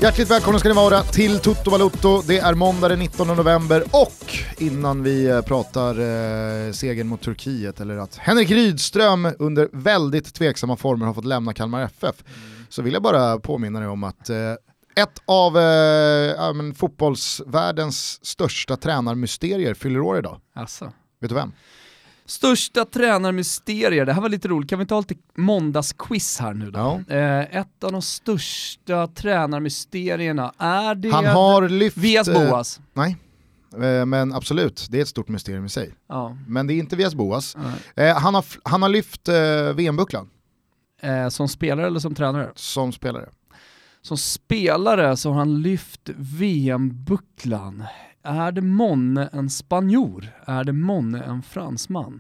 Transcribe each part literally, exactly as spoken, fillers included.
Hjärtligt välkomna ska ni vara till Toto Balotto. Det är måndag den nittonde november och innan vi pratar eh, segern mot Turkiet eller att Henrik Rydström under väldigt tveksamma former har fått lämna Kalmar F F mm. så vill jag bara påminna dig om att eh, ett av eh, ja, men, fotbollsvärldens största tränarmysterier fyller år idag. Asså. Vet du vem? Största tränarmysterier, det här var lite roligt. Kan vi ta lite måndagsquiz här nu då? Ja. Eh, ett av de största tränarmysterierna, är det Han har lyft... Vias Boas? Eh, nej, eh, men absolut, det är ett stort mysterium i sig. Ja. Men det är inte Vias Boas. Eh, han, har, han har lyft eh, V M-bucklan. Eh, som spelare eller som tränare? Som spelare. Som spelare så har han lyft V M-bucklan. Är det månne en spanjor? Är det månne en fransman?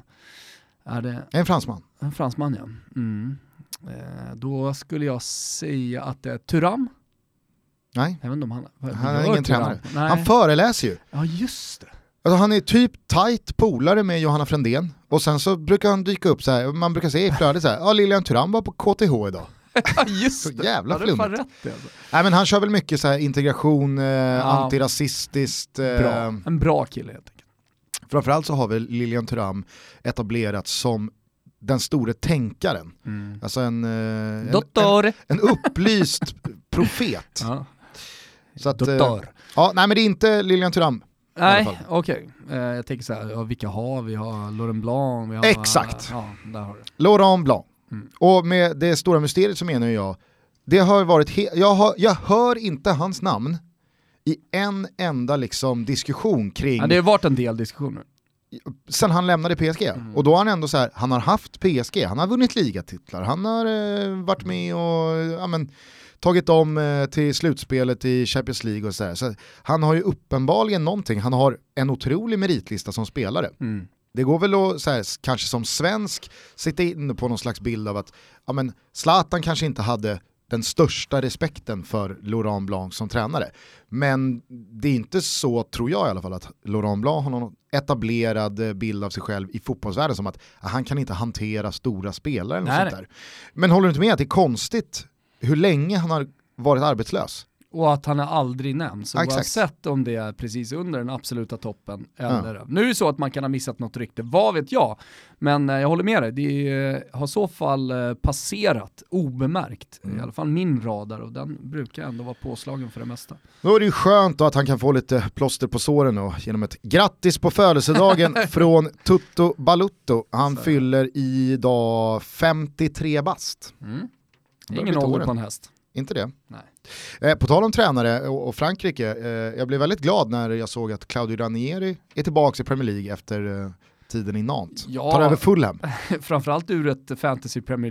Är det en fransman? En fransman, ja. Mm. Eh, då skulle jag säga att det är Thuram. Nej, jag vet inte om han, han är ingen tränare. Han föreläser ju. Ja, just det. Alltså, han är typ tight polare med Johanna Frändén. Och sen så brukar han dyka upp så här. Man brukar se i flödet så här. Ja, Lilian Thuram var på K T H idag. Ja, just det. Så jävla ja, flummigt. Rätt, alltså. Nej, men han kör väl mycket så här integration, eh, ja. antirasistiskt. Eh, bra. En bra kille helt enkelt. Framförallt så har väl Lilian Thuram etablerats som den store tänkaren. Mm. Alltså en, eh, Doktor. en, en, en upplyst profet. Ja. Så att, Doktor. Eh, ja, nej, men det är inte Lilian Thuram. Nej, okej. Okay. Uh, jag tänker så här, ja, vilka har vi? har Laurent Blanc. Vi har, Exakt. Uh, ja, där har du. Laurent Blanc. Mm. Och med det stora mysteriet så menar jag, det har varit he- jag, har, jag hör inte hans namn i en enda liksom diskussion kring... Ja, det har varit en del diskussioner. Sen han lämnade P S G. Mm. Och då har han ändå så här, han har haft P S G, han har vunnit ligatitlar, han har eh, varit med och ja, men, tagit om eh, till slutspelet i Champions League och så där. Så han har ju uppenbarligen någonting, han har en otrolig meritlista som spelare. Mm. Det går väl att så här, kanske som svensk sitta in på någon slags bild av att ja, men Zlatan kanske inte hade den största respekten för Laurent Blanc som tränare. Men det är inte så, tror jag i alla fall, att Laurent Blanc har någon etablerad bild av sig själv i fotbollsvärlden som att ja, han kan inte hantera stora spelare eller sånt där. Men håller du inte med att det är konstigt hur länge han har varit arbetslös? Och att han är aldrig nämnd. Så Exakt. Oavsett om det är precis under den absoluta toppen. Eller, ja. Nu är det så att man kan ha missat något rykte. Vad vet jag? Men eh, jag håller med dig. Det eh, har i så fall eh, passerat obemärkt. Mm. I alla fall min radar. Och den brukar ändå vara påslagen för det mesta. Då är det ju skönt då att han kan få lite plåster på såren då, genom ett grattis på födelsedagen från Toto Balotto. Han så. Fyller idag femtiotre bast. Mm. Ingen ålder på en häst. Inte det? Nej. Eh, på tal om tränare och, och Frankrike, eh, jag blev väldigt glad när jag såg att Claudio Ranieri är tillbaka i Premier League efter eh, tiden i Nantes. Ja, tar över Fulham. Framförallt ur ett fantasy Premier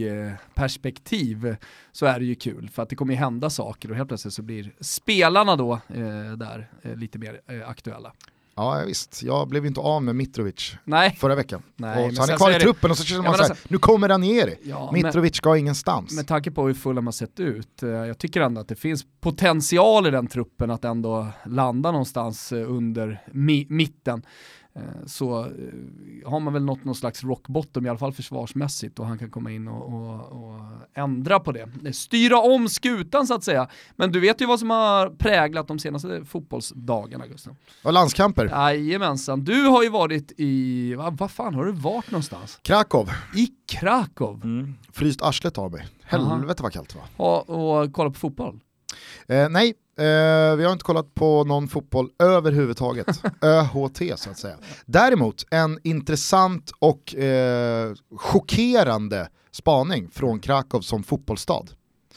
League-perspektiv så är det ju kul för att det kommer ju hända saker och helt plötsligt så blir spelarna då eh, där eh, lite mer eh, aktuella. Ja visst, jag blev inte av med Mitrovic Nej. förra veckan. Nej, och så han är kvar i truppen och så känner man ja, så här, alltså, nu kommer Ranieri. Ja, Mitrovic men, ska ingenstans. Med tanke på hur Fulham har sett ut, jag tycker ändå att det finns potential i den truppen att ändå landa någonstans under mi- mitten. Så har man väl nått någon slags rock bottom i alla fall försvarsmässigt och han kan komma in och, och, och ändra på det. Styra om skutan så att säga. Men du vet ju vad som har präglat de senaste fotbollsdagarna, Gustav. Och landskamper. Jajamensan. Du har ju varit i, vad, vad fan har du varit någonstans? Krakow. I Krakow? Mm. Fryst arslet av mig. Helvete vad kallt det var. Och, och kolla på fotboll? Eh, nej. Uh, vi har inte kollat på någon fotboll överhuvudtaget. Ö H T så att säga. Däremot en intressant och uh, chockerande spaning från Krakow som fotbollsstad.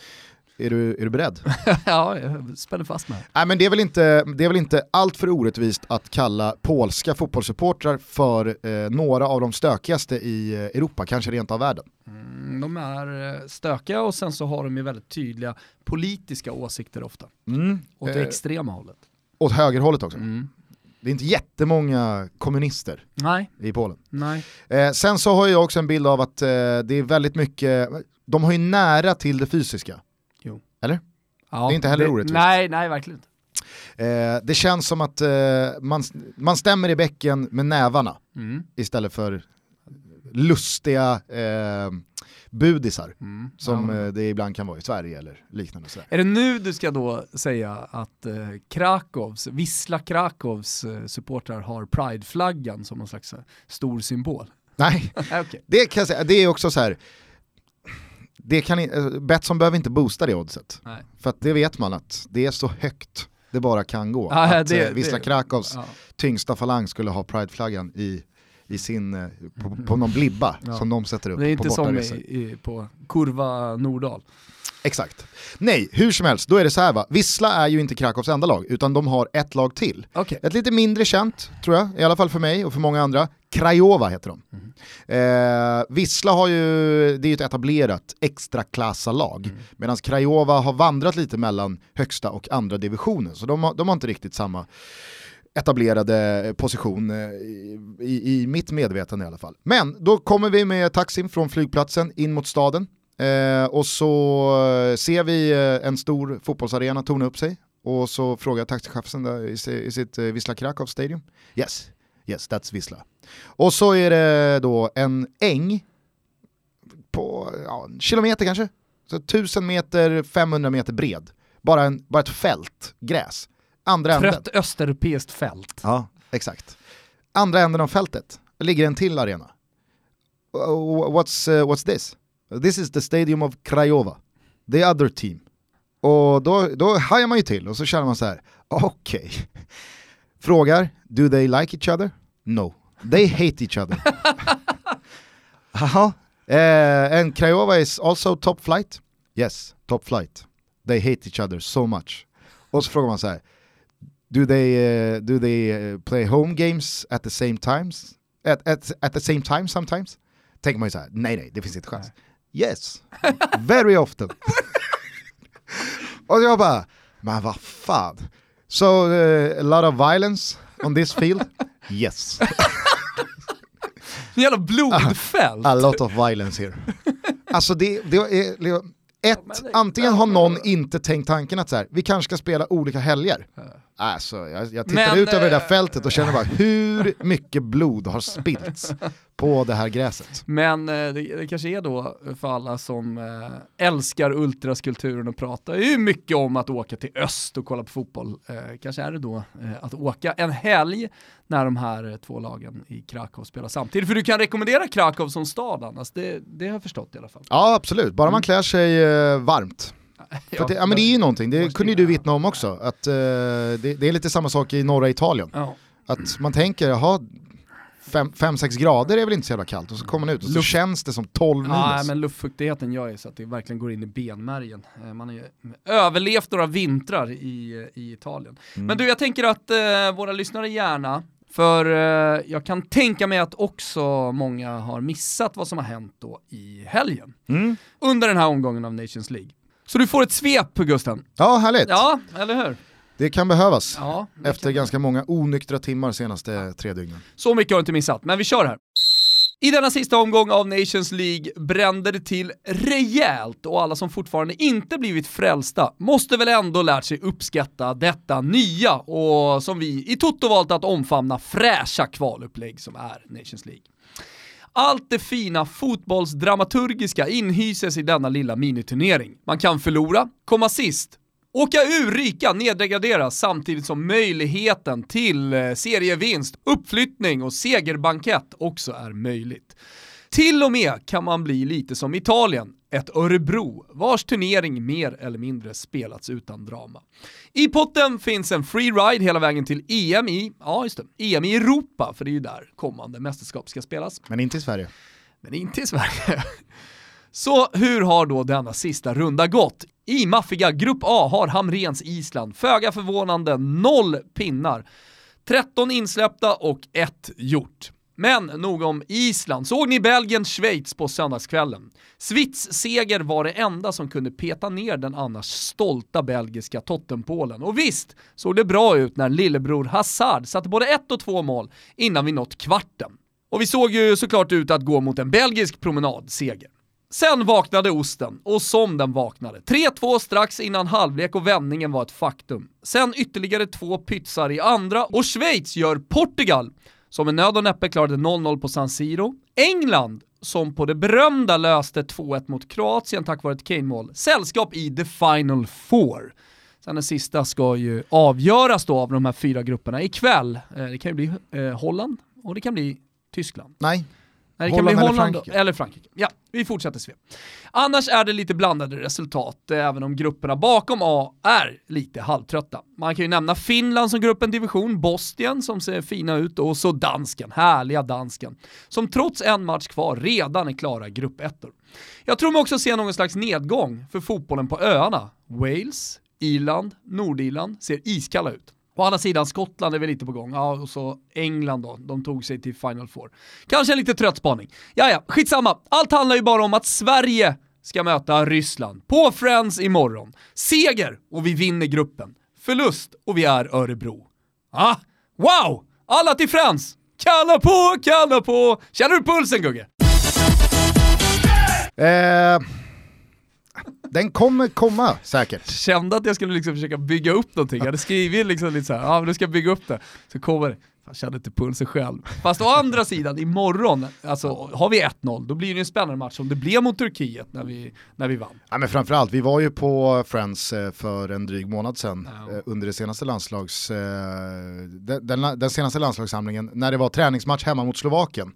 Är du, är du beredd? Ja, jag spänner fast mig. Nej, men det är väl inte, det är väl inte allt för orättvist att kalla polska fotbollssupportrar för eh, några av de stökigaste i Europa, kanske rent av världen. Mm, de är stökiga och sen så har de ju väldigt tydliga politiska åsikter ofta. Mm. Åt det eh, extrema hållet. Åt högerhållet också. Mm. Det är inte jättemånga kommunister Nej. i Polen. Nej. Eh, sen så har jag också en bild av att eh, det är väldigt mycket, de har ju nära till det fysiska. Jo. Eller? Ja, det är inte heller det, orättvist. Nej, nej, verkligen inte. Eh, det känns som att eh, man, man stämmer i bäcken med nävarna mm. istället för lustiga eh, budisar Mm. som Ja. eh, det ibland kan vara i Sverige eller liknande. Så. Är det nu du ska då säga att eh, Krakows, Wisla Krakows eh, supportrar har Pride-flaggan som någon slags eh, stor symbol? Nej, Okay. det kan jag säga, det är också så här. Det kan i- Betsson behöver inte boosta det oddset. Nej. För att det vet man att det är så högt det bara kan gå. Ja, att det- eh, Wisla det- Krakows Ja. tyngsta falang skulle ha Pride-flaggan i, i sin, eh, på, på någon blibba Ja. som de sätter upp Det är på inte som i, bortaresor. i, på Kurva Nordahl. Exakt. Nej, hur som helst, då är det så här va. Wisla är ju inte Krakows enda lag, utan de har ett lag till. Okej. Ett lite mindre känt, tror jag, i alla fall för mig och för många andra. Craiova heter de. Mm. Eh, Wisla har ju, det är ju ett etablerat extra klassalag, Mm. medan Craiova har vandrat lite mellan högsta och andra divisionen, så de har, de har inte riktigt samma etablerade position eh, i, i mitt medvetande i alla fall. Men då kommer vi med taxin från flygplatsen in mot staden. Eh, och så ser vi eh, en stor fotbollsarena torna upp sig. Och så frågar taxichauffören där, is, is it uh, Wisla Krakow Stadium? Yes, yes that's Wisla. Och så är det då en äng på ja, en kilometer kanske. Så tusen meter, femhundra meter bred. Bara, en, bara ett fält, gräs. Andra änden. Trött östeuropeiskt fält. Ja, exakt. Andra änden av fältet ligger en till arena. Uh, What's, uh, what's this? This is the stadium of Craiova. The other team. Och då, då hajar man ju till och så känner man så här. Okej. Okay. Frågar, do they like each other? No. They hate each other. Jaha. Uh, and Craiova is also top flight? Yes, top flight. They hate each other so much. Och så frågar man så här. Do they uh, do they uh, play home games at the same times? At, at, at the same time sometimes? Tänker man ju så här, nej nej, det finns inte chans. Nej. Yes, very often. Och jag bara, men vad fan. So uh, a lot of violence on this field? Yes. En jävla blodfält. A lot of violence here. Alltså det, det är... Det, Ett, antingen har någon inte tänkt tanken att så här, vi kanske ska spela olika helger. Alltså, jag, jag tittar Men, ut över det där äh, fältet och känner bara hur mycket blod har spillts på det här gräset. Men eh, det, det kanske är då för alla som eh, älskar ultraskulturen och pratar ju mycket om att åka till öst och kolla på fotboll. Eh, kanske är det då eh, att åka en helg när de här eh, två lagen i Krakow spelar samtidigt. För du kan rekommendera Krakow som stad annars, det, det har jag förstått i alla fall. Ja, absolut. Bara man klär sig eh, varmt. För att det, ja, men det är ju någonting, det kunde ju du vittna om också, att eh, det, det är lite samma sak i norra Italien. Ja. Att man tänker, jaha, fem sex grader är väl inte så jävla kallt, och så kommer man ut och så Luft. känns det som tolv minus. Ja, men luftfuktigheten gör ju så att det verkligen går in i benmärgen. Eh, Man har ju överlevt några vintrar i, i Italien. Mm. Men du, jag tänker att eh, våra lyssnare gärna, för eh, jag kan tänka mig att också många har missat vad som har hänt då i helgen. Mm. Under den här omgången av Nations League. Så du får ett svep på Gusten. Ja, härligt. Ja, eller hur? Det kan behövas. Ja, det Efter kan- ganska många onyktra timmar senaste tre dygnen. Så mycket har du inte missat, men vi kör här. I denna sista omgång av Nations League brände det till rejält, och alla som fortfarande inte blivit frälsta måste väl ändå lärt sig uppskatta detta nya och som vi i Toto valt att omfamna fräscha kvalupplägg som är Nations League. Allt det fina fotbollsdramaturgiska inhyses i denna lilla miniturnering. Man kan förlora, komma sist, åka ur, ryka, neddegraderas, samtidigt som möjligheten till eh, serievinst, uppflyttning och segerbankett också är möjligt. Till och med kan man bli lite som Italien, ett Örebro, vars turnering mer eller mindre spelats utan drama. I potten finns en free ride hela vägen till E M i, ja just det, E M i Europa, för det är ju där kommande mästerskap ska spelas. Men inte i Sverige. Men inte i Sverige. Så hur har då denna sista runda gått? I maffiga Grupp A har Hamrens Island, föga förvånande, noll pinnar. tretton insläppta och ett gjort. Men nog om Island. Såg ni Belgien-Schweiz på söndagskvällen? Schweiz seger var det enda som kunde peta ner den annars stolta belgiska tottenpålen. Och visst såg det bra ut när lillebror Hazard satte både ett och två mål innan vi nått kvarten. Och vi såg ju såklart ut att gå mot en belgisk promenadseger. Sen vaknade osten, och som den vaknade. tre två strax innan halvlek och vändningen var ett faktum. Sen ytterligare två pytsar i andra, och Schweiz gör Portugal, som med nöd och näppe klarade noll noll på San Siro. England, som på det berömda löste två ett mot Kroatien tack vare ett Kane-mål. Sällskap i the final four. Sen den sista ska ju avgöras då av de här fyra grupperna ikväll. Det kan ju bli eh, Holland och det kan bli Tyskland. Nej. Nej, det Holland kan bli eller Holland Frankrike. eller Frankrike. Ja, vi fortsätter se. Annars är det lite blandade resultat, även om grupperna bakom A är lite halvtrötta. Man kan ju nämna Finland som gruppen division, Bosnien som ser fina ut och så dansken, härliga dansken, som trots en match kvar redan är klara gruppettor. Jag tror mig också se någon slags nedgång för fotbollen på öarna. Wales, Irland, Nordirland ser iskalla ut. På andra sidan, Skottland är väl lite på gång. Ja, och så England då. De tog sig till Final Four. Kanske en lite trött spaning. Jaja, skitsamma. Allt handlar ju bara om att Sverige ska möta Ryssland på Friends imorgon. Seger och vi vinner gruppen. Förlust och vi är Örebro. Ah, wow! Alla till Friends! Kalla på, kalla på! Känner du pulsen, Gugge? Eh... Den kommer komma, säkert. Kände att jag skulle liksom försöka bygga upp någonting. Jag hade skrivit liksom lite så här, ja men nu ska jag bygga upp det. Så kommer det, jag kände inte pulsen själv. Fast å andra sidan, imorgon, alltså har vi ett noll, då blir det en spännande match som det blev mot Turkiet när vi, när vi vann. Ja, men framförallt, vi var ju på Friends för en dryg månad sedan ja. under det senaste landslags, den, den, den senaste landslagssamlingen, när det var träningsmatch hemma mot Slovakien.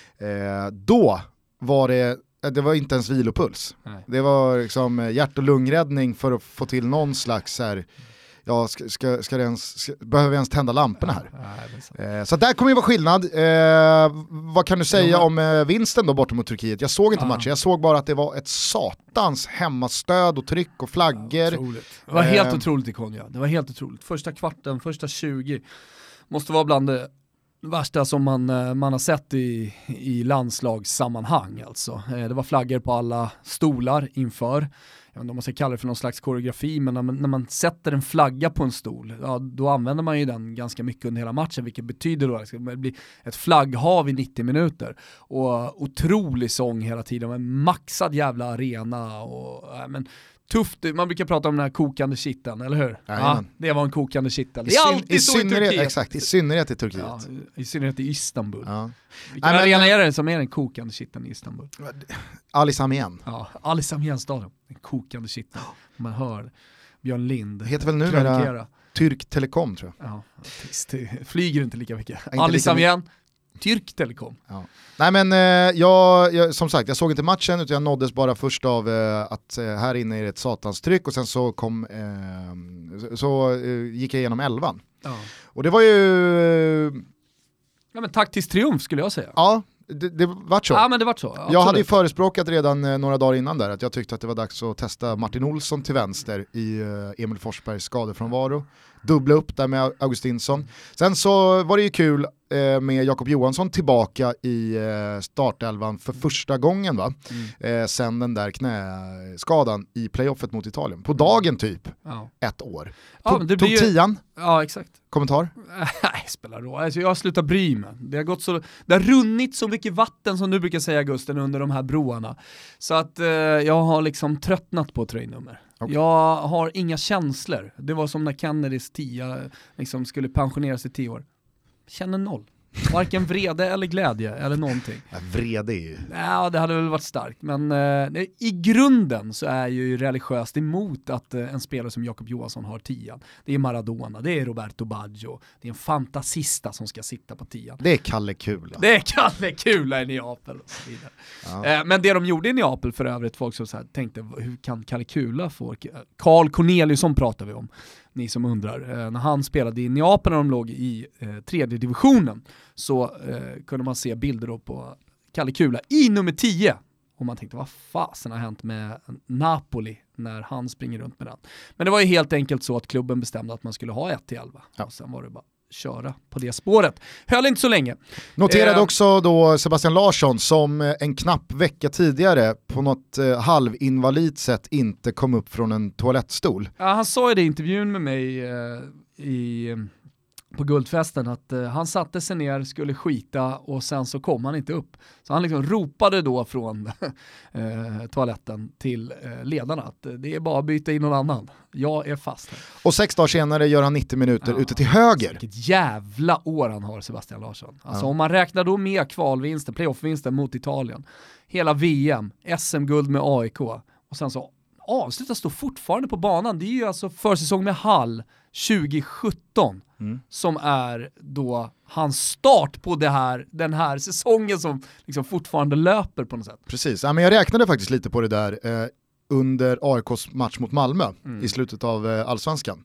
Mm. Då var det Det var inte ens vilopuls. Nej. Det var liksom hjärt- och lungräddning för att få till någon slags här, ja, ska, ska, ska det ens, ska, behöver vi ens tända lamporna här? Ja, eh, så där kommer ju vara skillnad. Eh, vad kan du säga ja, om eh, vinsten då bortom mot Turkiet? Jag såg inte ja. matchen, jag såg bara att det var ett satans hemmastöd och tryck och flaggor. Ja, det var helt eh. otroligt i Konya. Det var helt otroligt. Första kvarten, första tjugo måste vara bland det värsta som man, man har sett i, i landslagssammanhang alltså. Det var flaggor på alla stolar inför. Jag vet inte om man ska kalla det för någon slags koreografi, men när man, när man sätter en flagga på en stol, ja, då använder man ju den ganska mycket under hela matchen, vilket betyder då att det blir ett flagghav i nittio minuter. Och otrolig sång hela tiden, en maxad jävla arena och ja, men tufft, man brukar prata om den här kokande kitteln, eller hur? Ja, det var en kokande kittel. Det är alltid I så i Turkiet. Exakt, i synnerhet i Turkiet. Ja, i synnerhet i Istanbul. Ja. Vilken Nej, arena men, är det som är den kokande kitteln i Istanbul? Ali Samiyen. Ja, Ali Samiyen-staden. Den kokande kitteln. Man hör Björn Lind. Det heter väl nu med Türk Telekom, tror jag. Ja, det flyger inte lika mycket. Inte Ali Samiyen, Türk Telekom. Ja. Nej men eh, jag, jag, som sagt, jag såg inte matchen utan jag nåddes bara först av eh, att eh, här inne är det ett satans tryck och sen så kom eh, så, så eh, gick jag igenom elvan. Ja. Och det var ju eh, ja men taktisk triumf skulle jag säga. Ja, det, det var så. Ja men det var så. Absolut. Jag hade ju förespråkat redan eh, några dagar innan där att jag tyckte att det var dags att testa Martin Olsson till vänster i eh, Emil Forsbergs skadefrånvaro. Dubbla upp där med Augustinsson. Sen så var det ju kul eh, med Jakob Johansson tillbaka i eh, startelvan för första gången va? Mm. Eh, sen den där knäskadan i playoffet mot Italien. På dagen typ, ja. ett år. Ja, Tog, det tog ju... tian. Ja, exakt. Kommentar? Nej, spelar roll. Alltså, jag har slutat bry mig. Det har gått så, det har runnit så mycket vatten som du brukar säga, Gusten, under de här broarna. Så att eh, jag har liksom tröttnat på tröjnummer. Okay. Jag har inga känslor. Det var som när Kennedys tia liksom skulle pensioneras i tio år. Känner noll. Varken vrede eller glädje eller någonting. Ja, vrede är ju... Ja, det hade väl varit starkt. Men eh, i grunden så är jag ju religiöst emot att eh, en spelare som Jakob Johansson har tian. Det är Maradona, det är Roberto Baggio. Det är en fantasista som ska sitta på tian. Det är Kalle Kula. Det är Kalle Kula i Neapel och så vidare. Ja. Eh, men det de gjorde i Neapel för övrigt, folk som så här tänkte, hur kan Kalle Kula få... Carl Corneliusson pratar vi om. Ni som undrar, eh, när han spelade i Neapel när de låg i eh, tredje divisionen så eh, kunde man se bilder då på Kalle Kula i nummer tio och man tänkte vad fasen har hänt med Napoli när han springer runt med den. Men det var ju helt enkelt så att klubben bestämde att man skulle ha ett till elva ja. Och sen var det bara köra på det spåret. Höll inte så länge. Noterade eh, också då Sebastian Larsson som en knapp vecka tidigare på något eh, halvinvalid sätt inte kom upp från en toalettstol. Ja, han sa i det i intervjun med mig eh, i på guldfesten att uh, han satte sig ner, skulle skita och sen så kom han inte upp. Så han liksom ropade då från uh, toaletten till uh, ledarna att uh, det är bara att byta in någon annan. Jag är fast här. Och sex dagar senare gör han nittio minuter ja, ute till höger. Vilket jävla år han har, Sebastian Larsson. Alltså ja. Om man räknar då med kvalvinsten, playoffvinsten mot Italien, hela V M, S M-guld med A I K och sen så avslutas då fortfarande på banan. Det är ju alltså försäsong med Hall tjugo sjutton mm. som är då hans start på det här, den här säsongen som liksom fortfarande löper på något sätt. Precis, ja, men jag räknade faktiskt lite på det där eh, under A I K:s match mot Malmö mm. i slutet av eh, Allsvenskan.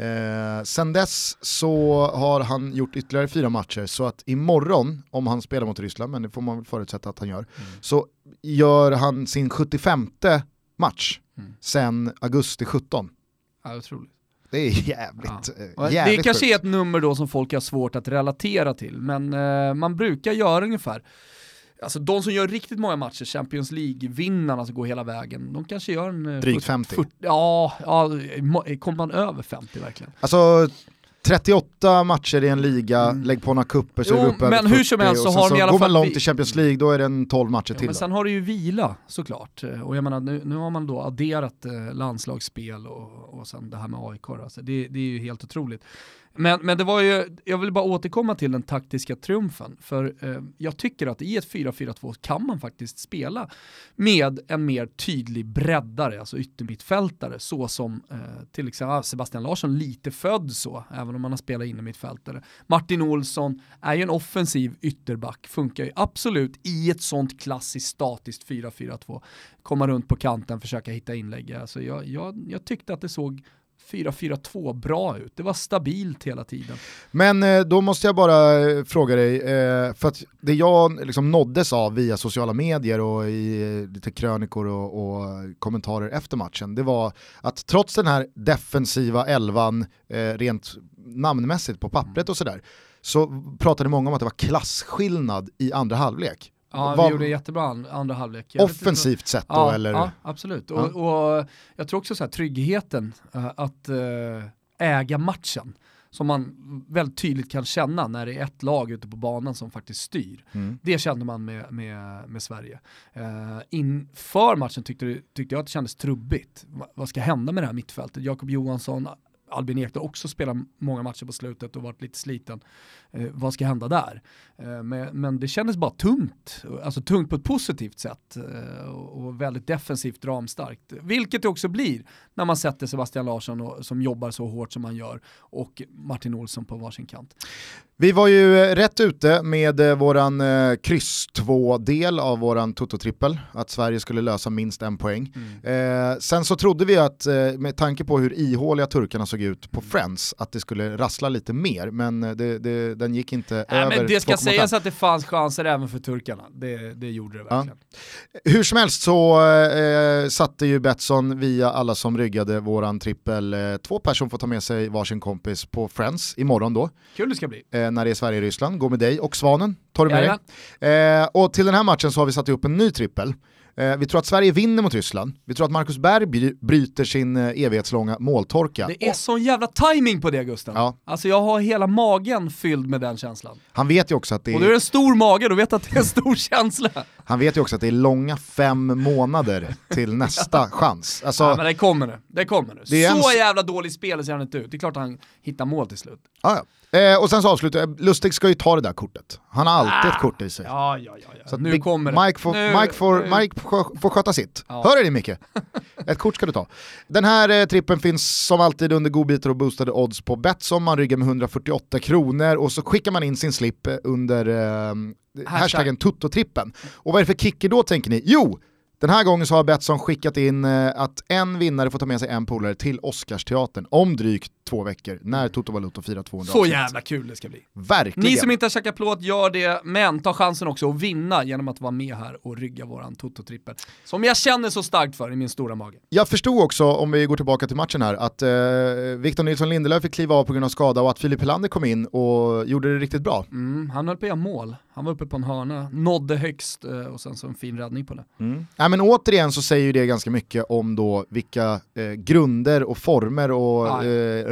Eh, sen dess så har han gjort ytterligare fyra matcher, så att imorgon, om han spelar mot Ryssland, men det får man väl förutsätta att han gör, mm. så gör han sin sjuttiofemte match mm. sen augusti sjutton. Ja, otroligt. Det är jävligt, ja. jävligt Det kanske sjukt. är ett nummer då som folk har svårt att relatera till, men eh, man brukar göra ungefär. Alltså de som gör riktigt många matcher, Champions League-vinnarna som går hela vägen, de kanske gör en... Drygt femtio. fyrtio, ja, ja, kommer man över femtio verkligen? Alltså trettioåtta matcher i en liga, mm. lägg på några kupper så jo, är vi uppe men hur som helst så har de i alla går fall... man långt i Champions League, då är det en tolv matcher ja, till. Men sen har det ju vila såklart. Och jag menar, nu, nu har man då adderat eh, landslagsspel och, och sen det här med A I K. Alltså. Det, det är ju helt otroligt. Men, men det var ju, jag vill bara återkomma till den taktiska triumfen. För eh, jag tycker att i ett fyra fyra två kan man faktiskt spela med en mer tydlig breddare, alltså yttermittfältare, så som eh, till exempel Sebastian Larsson lite född så, även om man har spelat in i mittfältare. Martin Olsson är ju en offensiv ytterback, funkar ju absolut i ett sånt klassiskt statiskt fyra fyra två. Komma runt på kanten, försöka hitta inlägg. Alltså jag, jag, jag tyckte att det såg fyra fyra två bra ut. Det var stabilt hela tiden. Men eh, då måste jag bara eh, fråga dig, eh, för att det jag liksom nåddes av via sociala medier och i eh, lite krönikor och, och kommentarer efter matchen, det var att trots den här defensiva elvan eh, rent namnmässigt på pappret och sådär, så pratade många om att det var klasskillnad i andra halvlek. Ja, Var, vi gjorde jättebra andra halvlek. Jag offensivt sett då, ja, eller? Ja, absolut. Ja. Och, och jag tror också så här, tryggheten uh, att uh, äga matchen, som man väldigt tydligt kan känna när det är ett lag ute på banan som faktiskt styr. Mm. Det kände man med, med, med Sverige. Uh, inför matchen tyckte, tyckte jag att det kändes trubbigt. Va, vad ska hända med det här mittfältet? Jakob Johansson, Albin Ekdal också spelat många matcher på slutet och varit lite sliten. Eh, vad ska hända där? Eh, men, men det kändes bara tungt. Alltså tungt på ett positivt sätt. Eh, och, och väldigt defensivt ramstarkt. Vilket det också blir när man sätter Sebastian Larsson och, som jobbar så hårt som man gör, och Martin Olsson på varsin kant. Vi var ju rätt ute med eh, våran eh, kryss två-del av våran Toto-trippel, att Sverige skulle lösa minst en poäng. Mm. Eh, sen så trodde vi att, eh, med tanke på hur ihåliga turkarna såg ut på Friends, att det skulle rassla lite mer, men det, det, den gick inte Nej, över. Men det ska sägas att det fanns chanser även för turkarna. Det, det gjorde det verkligen. Ja. Hur som helst så eh, satte ju Betsson via alla som ryggade våran trippel, eh, två personer får ta med sig varsin kompis på Friends imorgon då. Kul det ska bli. Eh, när det är Sverige-Ryssland, gå med dig och Svanen, tar du med dig. Eh, och till den här matchen så har vi satt upp en ny trippel. Eh, vi tror att Sverige vinner mot Ryssland. Vi tror att Marcus Berg bry- bryter sin eh, evighetslånga måltorka. Det är sån jävla timing på det, Gustav. Ja. Alltså jag har hela magen fylld med den känslan. Han vet ju också att det är... Och du är en stor mage, du vet att det är en stor känsla. Han vet ju också att det är långa fem månader till nästa chans. Alltså... Ja, men det kommer nu. Det kommer nu. Det är så en... jävla dålig spel ser han inte ut. Det är klart att han hittar mål till slut. Ah, ja. Eh, och sen så avslutar Lustig ska ju ta det där kortet. Han har alltid ah. ett kort i sig. Ja, ja, ja. ja. Så nu Big kommer det. Mike får, nu, Mike får, nu. Mike får, får sköta sitt. Ja. Hör det Micke? Ett kort ska du ta. Den här eh, trippen finns som alltid under godbitar och boostade odds på Betsson. Man ryggar med hundrafyrtioåtta kronor och så skickar man in sin slip under eh, hashtaggen Tuttotrippen. Och vad är det för kicker då, tänker ni? Jo! Den här gången så har Betsson skickat in eh, att en vinnare får ta med sig en polare till Oscarsteatern om drygt två veckor när Toto Valuto firar tvåhundra. Så jävla kul det ska bli. Verkligen. Ni som inte har käkat plåt, gör det, men ta chansen också att vinna genom att vara med här och rygga våran Toto-trippel. Som jag känner så starkt för i min stora mage. Jag förstod också, om vi går tillbaka till matchen här, att eh, Victor Nilsson Lindelöf fick kliva av på grund av skada och att Filip Helander kom in och gjorde det riktigt bra. Mm, han höll på att göra mål. Han var uppe på en hörna, nådde högst och sen så en fin räddning på det. Mm. Ja, men återigen så säger ju det ganska mycket om då vilka eh, grunder och former och eh,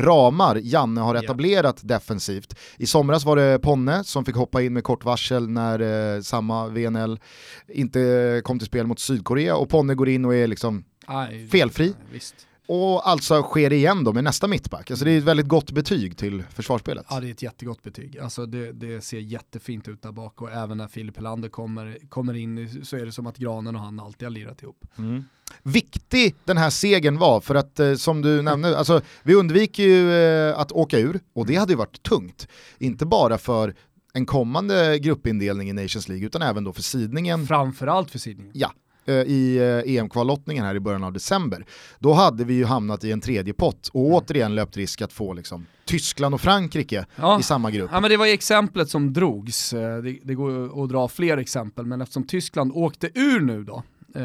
ramar Janne har etablerat yeah. defensivt. I somras var det Ponne som fick hoppa in med kort varsel när eh, samma V N L inte kom till spel mot Sydkorea, och Ponne går in och är liksom Aj, felfri. Visst. Och alltså sker det igen då med nästa mittback. Alltså det är ett väldigt gott betyg till försvarsspelet. Ja, det är ett jättegott betyg. Alltså det, det ser jättefint ut där bak, och även när Filip Helander kommer, kommer in så är det som att Granen och han alltid har lirat ihop. Mm. Viktig den här segern var, för att eh, som du nämnde, alltså, vi undviker ju eh, att åka ur, och det hade ju varit tungt. Inte bara för en kommande gruppindelning i Nations League, utan även då för sidningen. Framförallt för sidningen. Ja. I E M-kvallottningen här i början av december. Då hade vi ju hamnat i en tredje pott och återigen löpt risk att få liksom Tyskland och Frankrike ja. i samma grupp. Ja, men det var ju exemplet som drogs. Det, det går att dra fler exempel, men eftersom Tyskland åkte ur nu då,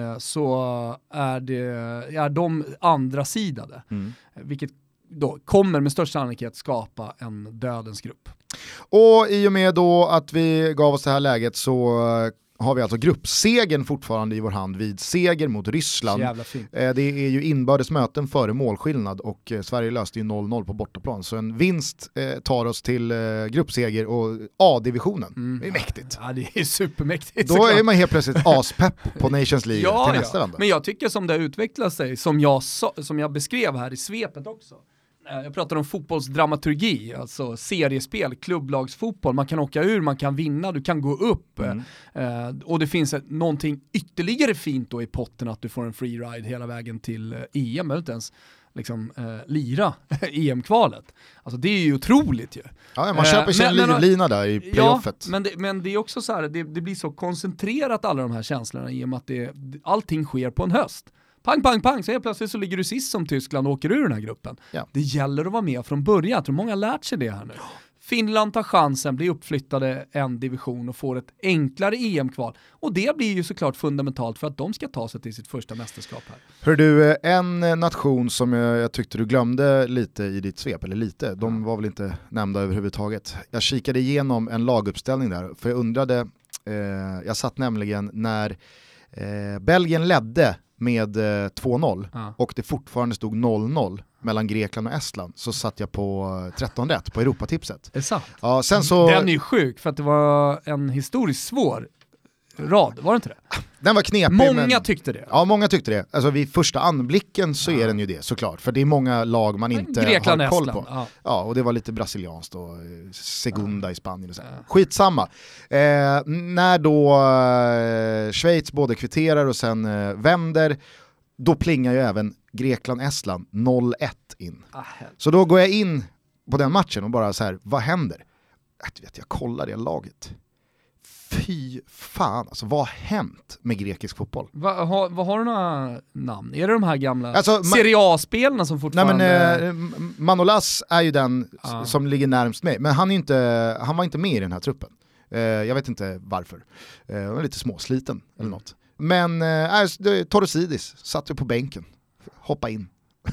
så är, det, är de andra sidade. Mm. Vilket då kommer med största sannolikhet skapa en dödens grupp. Och i och med då att vi gav oss det här läget så har vi alltså gruppsegen fortfarande i vår hand vid seger mot Ryssland. Eh, det är ju inbördes möten före målskillnad, och eh, Sverige löste ju noll noll på bortaplan. Så en vinst eh, tar oss till eh, gruppseger och A-divisionen. Mm. Det är mäktigt. Ja, det är supermäktigt. Då är man helt plötsligt aspepp på Nations League ja, till nästa ja. vända. Men jag tycker som det utvecklar sig, som jag, so- som jag beskrev här i svepet också. Jag pratar om fotbollsdramaturgi, alltså seriespel, klubblagsfotboll. Man kan åka ur, man kan vinna, du kan gå upp. Mm. Eh, och det finns ett, någonting ytterligare fint då i potten, att du får en free ride hela vägen till eh, E M. Eller inte ens liksom, eh, lira E M-kvalet. Alltså det är ju otroligt ju. Ja, man köper sig eh, en livlina där i playoffet. Ja, men det, men det är också så här, det, det blir så koncentrerat alla de här känslorna i och med att det, allting sker på en höst. Pang, pang, pang, så helt plötsligt så ligger du sist som Tyskland och åker ur den här gruppen. Ja. Det gäller att vara med från början. Jag tror många har lärt sig det här nu. Finland tar chansen, blir uppflyttade en division och får ett enklare E M-kval. Och det blir ju såklart fundamentalt för att de ska ta sig till sitt första mästerskap här. Hör du, en nation som jag, jag tyckte du glömde lite i ditt svep, eller lite, de var väl inte nämnda överhuvudtaget. Jag kikade igenom en laguppställning där, för jag undrade, eh, jag satt nämligen när eh, Belgien ledde med eh, två noll ja. och det fortfarande stod noll noll mellan Grekland och Estland, så satt jag på tretton rätt på Europatipset. Det är sant. Ja, sen så... Den är ju sjuk för att det var en historiskt svår rad, var det inte det? Den var knepig. Många men... tyckte det. Ja, många tyckte det. Alltså vid första anblicken så ja. är den ju det såklart, för det är många lag man inte Grekland, har koll Estland, på. Ja. ja, och det var lite brasilianskt och Segunda ja. i Spanien och så. Ja. Skitsamma. Eh, när då eh, Schweiz både kvitterar och sen eh, vänder, då plingar ju även Grekland-Estland noll ett in. Ah, så då går jag in på den matchen och bara så här, vad händer? Jag vet, jag kollar det laget. Fy fan, alltså vad har hänt med grekisk fotboll? Vad ha, va har du några namn? Är det de här gamla alltså, Serie A-spelarna som fortfarande... Nej, men, eh, Manolas är ju den ah. som ligger närmst mig, men han, är inte, han var inte med i den här truppen. Eh, jag vet inte varför. Eh, han var lite småsliten mm. eller något. Men äh, Torosidis satt ju på bänken. Hoppa in.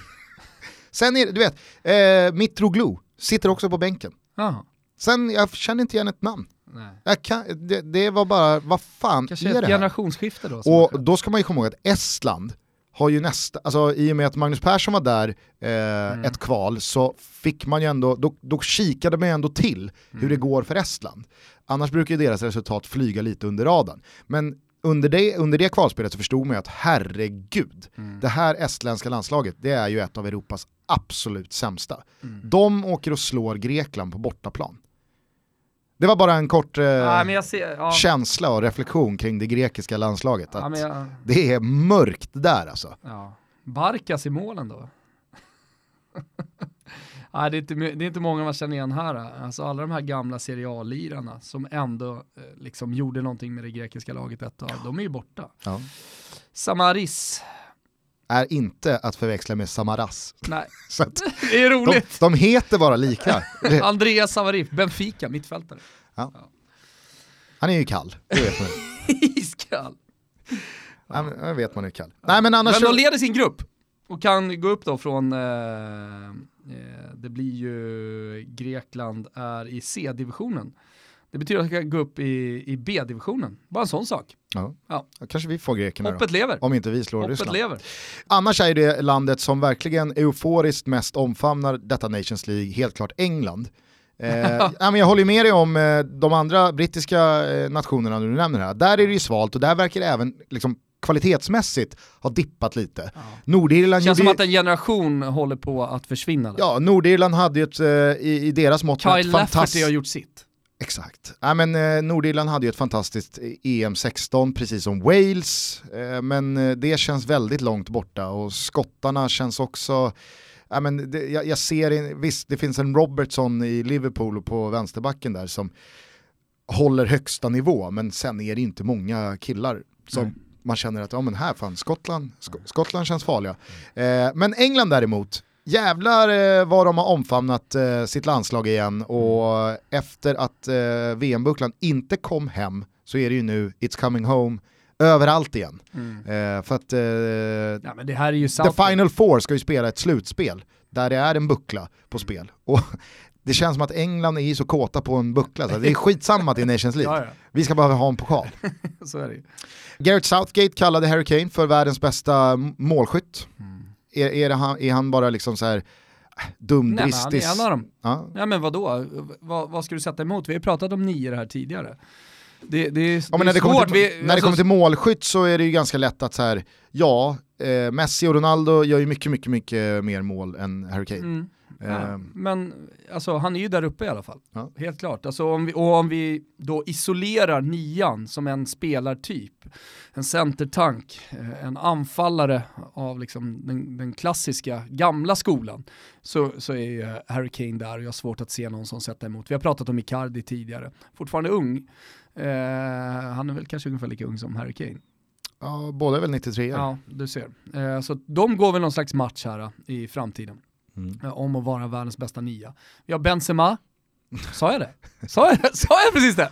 Sen är det, du vet, eh, Mitroglou sitter också på bänken. Aha. Sen, jag känner inte igen ett namn. Nej. Jag kan, det, det var bara, vad fan kanske är det ett här? Generationsskifte då. Och då ska man ju komma ihåg att Estland har ju nästa, alltså i och med att Magnus Persson var där eh, mm. ett kval, så fick man ju ändå, då, då kikade man ju ändå till mm. hur det går för Estland. Annars brukar ju deras resultat flyga lite under radarn. Men Under det, under det kvalspelet så förstod man ju att herregud, mm. det här estländska landslaget, det är ju ett av Europas absolut sämsta. Mm. De åker och slår Grekland på bortaplan. Det var bara en kort eh, ja, men jag ser, ja. känsla och reflektion kring det grekiska landslaget. Att ja, jag... Det är mörkt där alltså. Ja. Barkas i målen då. Nej, det, är inte, det är inte många man känner igen här. Alltså alla de här gamla seriallirarna som ändå eh, liksom gjorde någonting med det grekiska laget ett av, de är ju borta. Ja. Samaris är inte att förväxla med Samaras. Nej, så att det är roligt. De, de heter bara lika. Andreas Samaris, Benfica, mittfältare. Ja. Ja. Han är ju kall, det vet man. Iskall. Ja, jag vet man är kall. Ja. Nej, men annars men de leder sin grupp och kan gå upp då från eh, det blir ju Grekland är i C-divisionen Det betyder att jag kan gå upp i, i B-divisionen. Bara en sån sak. Ja. Ja. Kanske vi får grekerna Hoppet då. lever. Om inte vi slår Hoppet Ryssland. lever. Annars är det landet som verkligen euforiskt mest omfamnar detta Nations League helt klart England. Eh, ja, men jag håller med dig om eh, de andra brittiska eh, nationerna du nämner här. Där är det ju svalt och där verkar det även liksom, kvalitetsmässigt ha dippat lite. Ja. Nordirland Det känns gjorde... som att en generation håller på att försvinna. Där. Ja, Nordirland hade ju ett, eh, i, i deras mått Kyle ett Lafferty fantastiskt... har gjort sitt. Exakt. Ja, men, eh, Nordirland hade ju ett fantastiskt E M sexton precis som Wales, eh, men eh, det känns väldigt långt borta och skottarna känns också... Ja, men det, jag, jag ser, visst det finns en Robertson i Liverpool och på vänsterbacken där som håller högsta nivå, men sen är det inte många killar som mm. man känner att ja, men här fan, Skottland, Sk- Skottland känns farliga. Eh, men England däremot, jävlar eh, vad de har omfamnat eh, sitt landslag igen och mm. efter att eh, V M-bucklan inte kom hem så är det ju nu It's coming home överallt igen. Mm. Eh, för att eh, ja, men det här är ju The Final Four ska ju spela ett slutspel där det är en buckla på spel. Och det känns som att England är så kåta på en buckla. Så det är skitsamma till Nations League. Ja, ja. Vi ska bara ha en pokal. Så är det ju. Gareth Southgate kallade Harry Kane för världens bästa målskytt. Mm. Är, är, det han, är han bara liksom så här dumdristisk? Nej, han är en av dem. Ja. Ja, men vadå? Vad, vad ska du sätta emot? Vi har pratat om nio här tidigare. Det, det är, ja, men det är när det, svårt. till, Vi, när alltså, det kommer till målskytt så är det ju ganska lätt att så här, ja, eh, Messi och Ronaldo gör ju mycket, mycket, mycket mer mål än Harry Kane. Mm. Ja, men alltså, han är ju där uppe i alla fall. Ja. Helt klart. Alltså, om vi, och om vi då isolerar nian som en spelartyp, en centertank, en anfallare av liksom den, den klassiska gamla skolan, så, så är Harry Kane där och jag har svårt att se någon som sätter emot. Vi har pratat om Icardi tidigare. Fortfarande ung. Eh, han är väl kanske ungefär lika ung som Harry Kane. Ja, båda är väl nittiotre. Ja, du ser. Eh, så de går väl någon slags match här i framtiden. Mm. Om att vara världens bästa nia. Vi har Benzema. Sa jag det? Sa jag, sa jag precis det?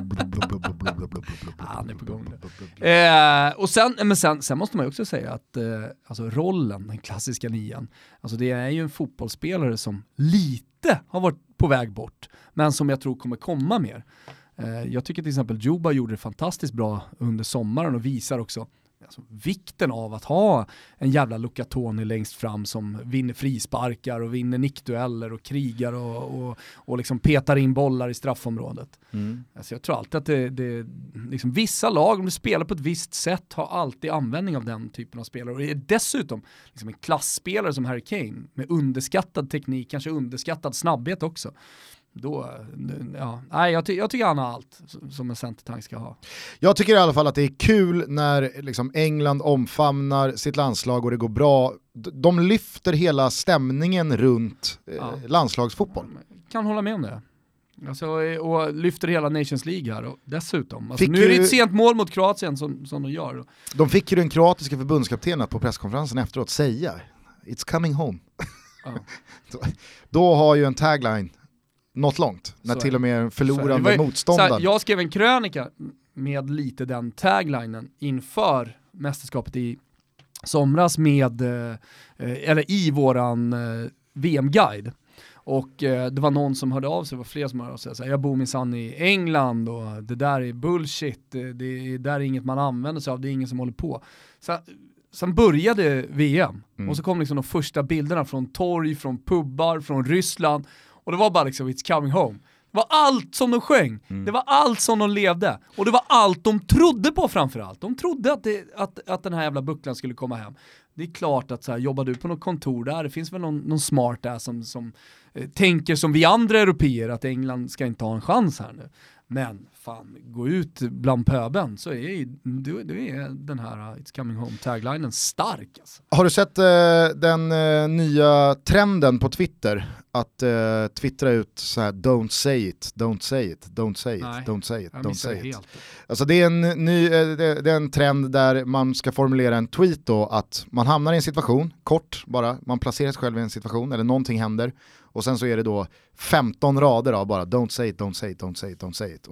Han är på gång nu. Eh, och sen, men sen, sen måste man ju också säga att eh, alltså rollen, den klassiska nian, alltså det är ju en fotbollsspelare som lite har varit på väg bort, men som jag tror kommer komma mer. Eh, jag tycker till exempel Juba gjorde det fantastiskt bra under sommaren och visar också alltså, vikten av att ha en jävla Luca Toni längst fram som vinner frisparkar och vinner nickdueller och krigar och, och, och liksom petar in bollar i straffområdet. Mm. Alltså, jag tror alltid att det, det liksom, vissa lag, om du spelar på ett visst sätt, har alltid användning av den typen av spelare. Och det är dessutom liksom en klassspelare som Harry Kane med underskattad teknik, kanske underskattad snabbhet också. Då, ja, nej, jag, ty- jag tycker han har allt som en centertank ska ha. Jag tycker i alla fall att det är kul när liksom England omfamnar sitt landslag och det går bra. De lyfter hela stämningen runt eh, ja. landslagsfotboll. Kan hålla med om det. Alltså, och lyfter hela Nations League här och dessutom. Alltså, nu är det ett sent mål mot Kroatien som, som de gör. De fick ju den kroatiska förbundskaptenen på presskonferensen efteråt säga It's coming home. Ja. då, då har ju en tagline något långt, när så till och med förlorande ju, motståndare. Här, jag skrev en krönika med lite den taglinen inför mästerskapet i somras med, eh, eller i våran eh, V M-guide. Och eh, det var någon som hörde av sig, det var flera som hörde av sig. Så här, jag bor minsann i England och det där är bullshit, det, det där är inget man använder sig av, det är ingen som håller på. Så, sen började V M mm. och så kom liksom de första bilderna från torg, från pubbar, från Ryssland. Och det var bara liksom It's coming home. Det var allt som de sjöng. Mm. Det var allt som de levde. Och det var allt de trodde på framförallt. De trodde att, det, att, att den här jävla bucklan skulle komma hem. Det är klart att så här, jobbar du på något kontor där, det finns väl någon, någon smart där som, som eh, tänker som vi andra europeer att England ska inte ha en chans här nu. Men fan, gå ut bland pöben så är du, du är den här It's coming home taglinen stark. Alltså. Har du sett eh, den eh, nya trenden på Twitter att eh, twittra ut så här don't say it, don't say it, don't say it, Nej, don't say it, don't say it. Helt. Alltså det är en ny eh, det, det är en trend där man ska formulera en tweet då att man hamnar i en situation, kort bara, man placerar sig själv i en situation eller någonting händer. Och sen så är det då femton rader av bara don't say it, don't say it, don't say it, don't say it. Och sen så längst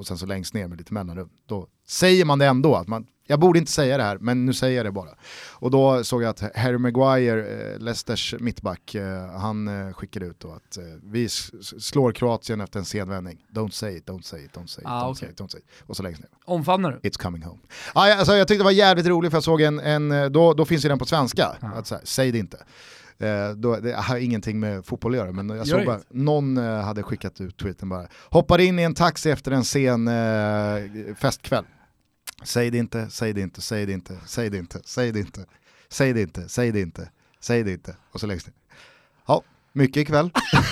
längst ner med lite mellanrum. Då säger man det ändå, att man, jag borde inte säga det här, men nu säger jag det bara. Och då såg jag att Harry Maguire, eh, Leicesters mittback, eh, han eh, skickade ut då att eh, vi s- slår Kroatien efter en sen vändning. Don't say it, don't say it, don't say it, ah, don't, okay. say it don't say it. Och så längst ner. Omfamnar du? It's coming home. Ah, jag, alltså, jag tyckte det var jävligt roligt för jag såg en, en då, då finns ju den på svenska. Ah. Att, så här, säg det inte. Eh, då, det har ingenting med fotboll att göra, men jag Gör såg det. bara, någon eh, hade skickat ut tweeten bara. Hoppar in i en taxi efter en sen eh, festkväll. Säg det inte, säg det inte, säg det inte, säg det inte, säg det inte, säg det inte, säg det inte, säg det inte. Och så längst ner. Ja, mycket ikväll.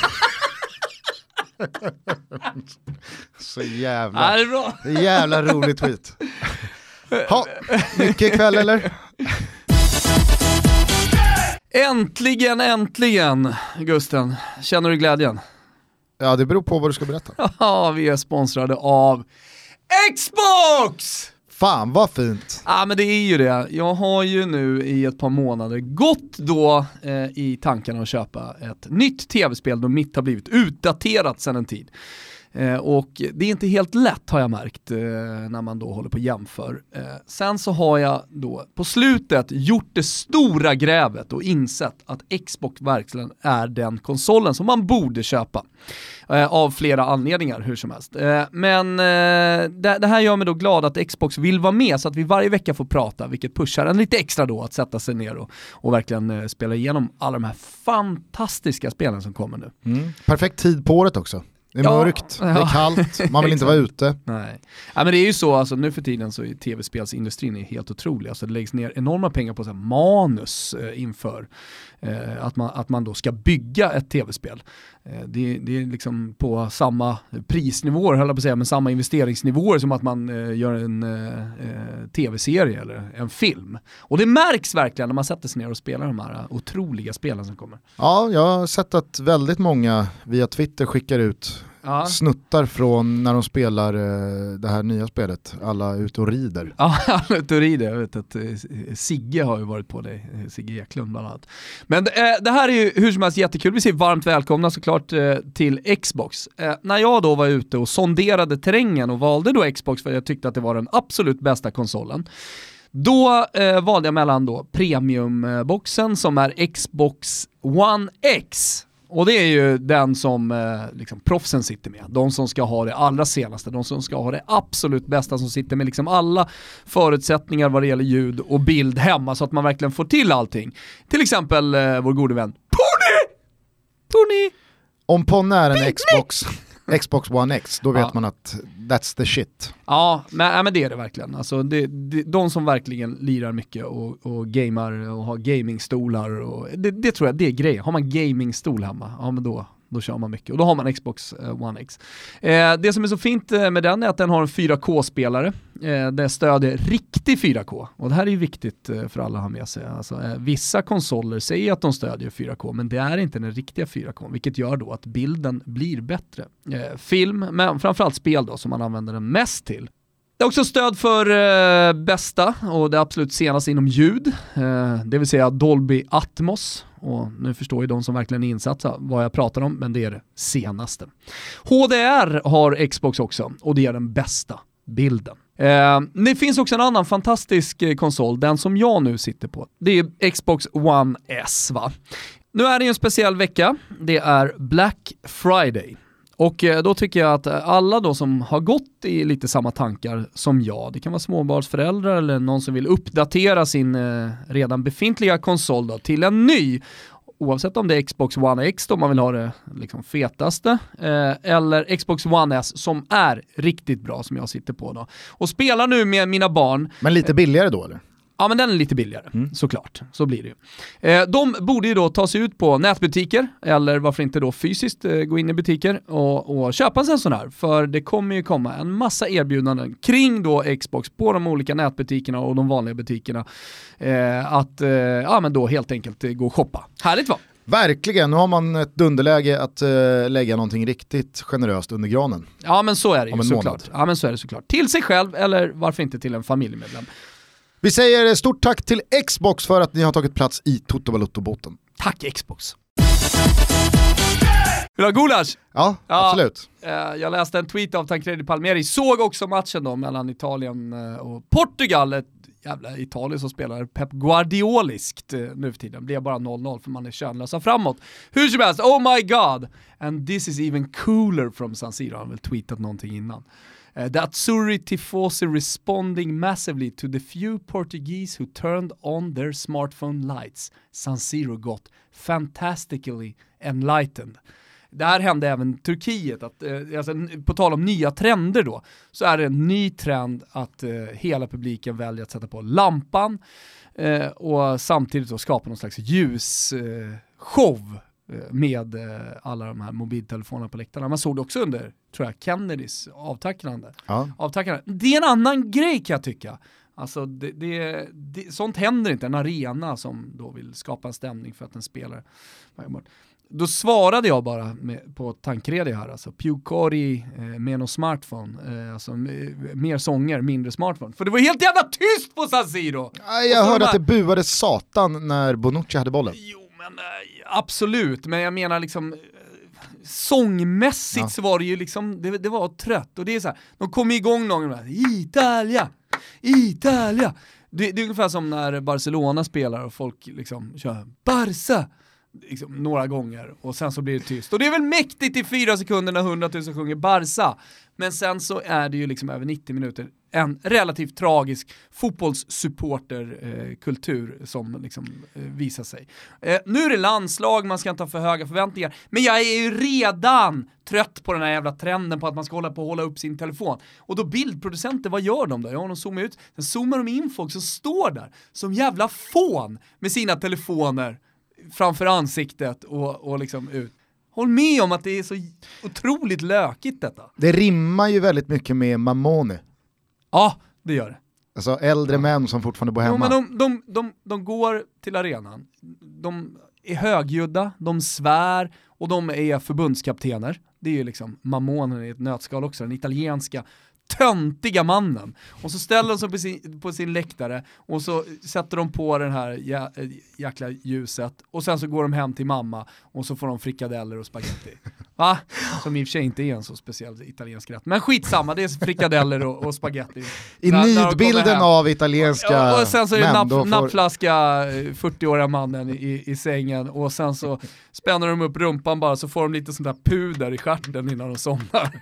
Så jävla, Ja, det är bra. jävla rolig tweet. Ja, mycket ikväll eller? Äntligen, äntligen, Gusten. Känner du glädjen? Ja, det beror på vad du ska berätta. Ja, vi är sponsrade av Xbox! Fan, vad fint. Ja, men det är ju det. Jag har ju nu i ett par månader gått då eh, i tankarna att köpa ett nytt tv-spel då mitt har blivit utdaterat sedan en tid. Eh, och det är inte helt lätt har jag märkt eh, när man då håller på och jämför. Eh, sen så har jag då på slutet gjort det stora grävet och insett att Xbox verkligen är den konsolen som man borde köpa. Eh, av flera anledningar hur som helst. Eh, men eh, det, det här gör mig då glad att Xbox vill vara med så att vi varje vecka får prata, vilket pushar en lite extra då att sätta sig ner och, och verkligen eh, spela igenom alla de här fantastiska spelen som kommer nu. Mm. Perfekt tid på året också. Det är Ja, mörkt, det är ja. kallt, man vill inte vara ute. Nej. Ja, men det är ju så, alltså, nu för tiden så är tv-spelsindustrin är helt otrolig. Alltså, det läggs ner enorma pengar på så här, manus eh, inför eh, att, man, att man då ska bygga ett tv-spel. Eh, det, det är liksom på samma prisnivåer, höll jag på att säga, men samma investeringsnivåer som att man eh, gör en eh, tv-serie eller en film. Och det märks verkligen när man sätter sig ner och spelar de här otroliga spelen som kommer. Ja, jag har sett att väldigt många via Twitter skickar ut Ja. snuttar från när de spelar eh, det här nya spelet, alla ut och rider. Ja, alla ut och rider. Jag vet att eh, Sigge har ju varit på det, eh, Sigge Eklund bland annat. Men eh, det här är ju hur som helst jättekul. Vi säger varmt välkomna såklart eh, till Xbox. Eh, när jag då var ute och sonderade terrängen och valde då Xbox för jag tyckte att det var den absolut bästa konsolen. Då eh, valde jag mellan då premiumboxen som är Xbox One X. Och det är ju den som eh, liksom proffsen sitter med. De som ska ha det allra senaste. De som ska ha det absolut bästa, som sitter med liksom alla förutsättningar vad det gäller ljud och bild hemma så att man verkligen får till allting. Till exempel eh, vår gode vän Pony! Pony! Om Ponne är en Xbox, Xbox One X, då vet Ja. man att that's the shit. Ja, men, ja, men det är det verkligen. Alltså, det, det, de som verkligen lirar mycket och, och gamar och har gamingstolar. Och, det, det tror jag det är grejen. Har man gamingstol hemma, ja men då, då kör man mycket. Och då har man Xbox eh, One X. Eh, det som är så fint eh, med den är att den har en fyra K-spelare. Eh, den stödjer riktig fyra K. Och det här är ju viktigt eh, för alla att ha med sig. Alltså, eh, vissa konsoler säger att de stödjer fyra K, men det är inte den riktiga fyra K. Vilket gör då att bilden blir bättre. Eh, film, men framförallt spel då som man använder den mest till. Det är också stöd för eh, bästa och det absolut senaste inom ljud. Eh, det vill säga Dolby Atmos. Och nu förstår ju de som verkligen är insatta vad jag pratar om, men det är det senaste. H D R har Xbox också och det är den bästa bilden. Eh, det finns också en annan fantastisk eh, konsol, den som jag nu sitter på. Det är Xbox One S, va? Nu är det ju en speciell vecka. Det är Black Friday. Och då tycker jag att alla då som har gått i lite samma tankar som jag, det kan vara småbarnsföräldrar eller någon som vill uppdatera sin eh, redan befintliga konsol då, till en ny, oavsett om det är Xbox One X då man vill ha det liksom fetaste eh, eller Xbox One S som är riktigt bra som jag sitter på då. Och spelar nu med mina barn. Men lite billigare då eller? Ja, men den är lite billigare, mm. såklart. Så blir det ju. Eh, de borde ju då ta sig ut på nätbutiker, eller varför inte då fysiskt eh, gå in i butiker och, och köpa en sån här. För det kommer ju komma en massa erbjudanden kring då Xbox på de olika nätbutikerna och de vanliga butikerna. Eh, att eh, ja, men då helt enkelt eh, gå och shoppa. Härligt va? Verkligen, nu har man ett dunderläge att uh, lägga någonting riktigt generöst under granen. Ja, men så är det ju såklart. Månad. Ja, men så är det såklart. Till sig själv, eller varför inte till en familjemedlem. Vi säger stort tack till Xbox för att ni har tagit plats i Toto Balotto-båten. Tack Xbox! Vill du ha gulasch? Ja, Ja, absolut. eh, jag läste en tweet av Tancredi Palmieri, såg också matchen då mellan Italien eh, och Portugal. Ett jävla Italien som spelar Pep Guardioliskt eh, nu för tiden. Blir bara noll noll för man är könlösa framåt. Hur som helst, oh my god! And this is even cooler from San Siro. Han har väl tweetat någonting innan. Uh, the Azzurri tifosi responding massively to the few Portuguese who turned on their smartphone lights. San Siro got fantastically enlightened. Det här hände även Turkiet, att, eh, alltså, på tal om nya trender då, så är det en ny trend att eh, hela publiken väljer att sätta på lampan eh, och samtidigt då skapa någon slags ljusshow eh, med eh, alla de här mobiltelefonerna på läktarna. Man såg det också under, tror jag, Kennedys avtackande. Ja. avtackande. Det är en annan grej kan jag tycka. Alltså det, det, det, sånt händer inte, en arena som då vill skapa en stämning för att en spelare. Då svarade jag bara med, på Tancredi här, alltså più cori, eh, meno smartphone, eh, alltså m- mer sånger, mindre smartphone. För det var helt jävla tyst på San Siro! Jag hörde här... att det buade satan när Bonucci hade bollen. Jo, men eh, absolut, men jag menar liksom eh, sångmässigt ja. så var det ju liksom, det, det var trött. Och det är så här, de kom igång någon gång, Italia, Italia. Det, det är ungefär som när Barcelona spelar och folk liksom kör Barca liksom, några gånger och sen så blir det tyst. Och det är väl mäktigt i fyra sekunder när hundratusen sjunger Barca. Men sen så är det ju liksom över nittio minuter en relativt tragisk fotbollssupporterkultur eh, som liksom eh, visar sig. Eh, nu är det landslag, man ska inte ha för höga förväntningar. Men jag är ju redan trött på den här jävla trenden på att man ska hålla på och hålla upp sin telefon. Och då bildproducenter, vad gör de då? Ja, de zoomar ut. Sen zoomar de in folk som står där som jävla fån med sina telefoner framför ansiktet och, och liksom ut. Håll med om att det är så otroligt lökigt detta. Det rimmar ju väldigt mycket med Mamone. Ja, det gör det. Alltså äldre ja. män som fortfarande bor hemma. Ja, men de, de, de, de går till arenan. De är högljudda, de svär och de är förbundskaptener. Det är ju liksom Mamone i ett nötskal också, den italienska töntiga mannen. Och så ställer de sig på sin, på sin läktare och så sätter de på den här jä, jäkla ljuset och sen så går de hem till mamma och så får de frikadeller och spaghetti. Va? Som i och för sig inte är en så speciell italiensk rätt. Men skitsamma, det är frikadeller och, och spaghetti. I när, nidbilden när av italienska och, och sen så är det napp, får... nappflaska fyrtioåriga mannen i, i sängen och sen så spänner de upp rumpan bara så får de lite sånt där puder i stjärten innan de somnar.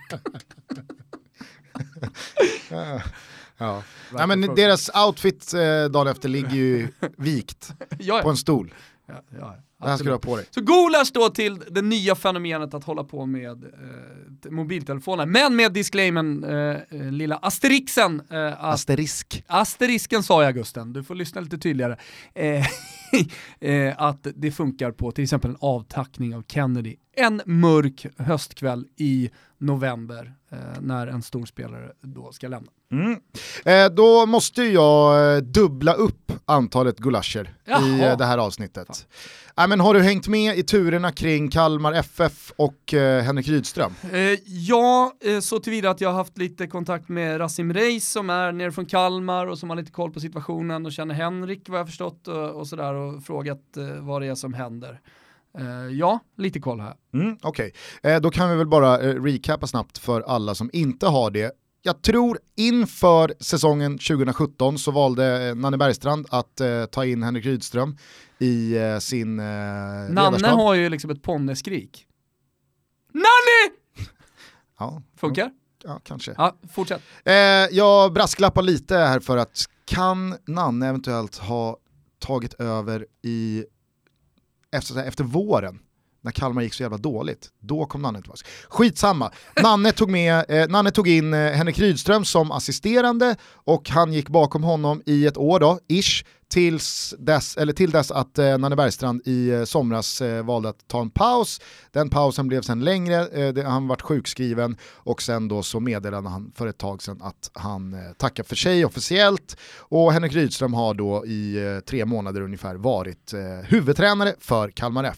ja. Ja. Nej, men deras outfit eh, dagen efter ligger ju vikt ja, ja. på en stol. Ja, ja. Det här ska du ha på dig. Så gulasch då till det nya fenomenet att hålla på med eh, mobiltelefoner. Men med disclaimen, eh, lilla asterixen. Eh, att, Asterisk. Asterisken sa jag, Gusten. Du får lyssna lite tydligare. Eh, eh, att det funkar på till exempel en avtackning av Kennedy. En mörk höstkväll i november eh, när en stor spelare då ska lämna. Mm. Eh, då måste jag eh, dubbla upp antalet gulascher i eh, det här avsnittet. Äh, men har du hängt med i turerna kring Kalmar F F och eh, Henrik Rydström? Eh, ja, eh, så tillvida att jag har haft lite kontakt med Rasim Reis som är nere från Kalmar och som har lite koll på situationen och känner Henrik, vad jag förstått, och, och sådär, och frågat eh, vad det är som händer. Uh, ja, lite koll här. Mm, Okej, okay. eh, då kan vi väl bara eh, recapa snabbt för alla som inte har det. Jag tror inför säsongen tjugo sjutton så valde eh, Nanne Bergstrand att eh, ta in Henrik Rydström i eh, sin eh, Nanne ledarskap. har ju liksom ett ponneskrik. Nanne! Ja, funkar? Ja, kanske. Ja, fortsätt. Eh, jag brasklappar lite här för att kan Nanne eventuellt ha tagit över i Efter, efter våren, när Kalmar gick så jävla dåligt, då kom Nanne tillbaka. Skitsamma. Nanne tog, med, eh, Nanne tog in eh, Henrik Rydström som assisterande och han gick bakom honom i ett år då, ish, tills dess, eller till dess att eh, Nanne Bergstrand i eh, somras eh, valde att ta en paus. Den pausen blev sen längre, eh, det, han vart sjukskriven och sen då så meddelade han för ett tag sedan att han eh, tackar för sig officiellt, och Henrik Rydström har då i eh, tre månader ungefär varit eh, huvudtränare för Kalmar F F.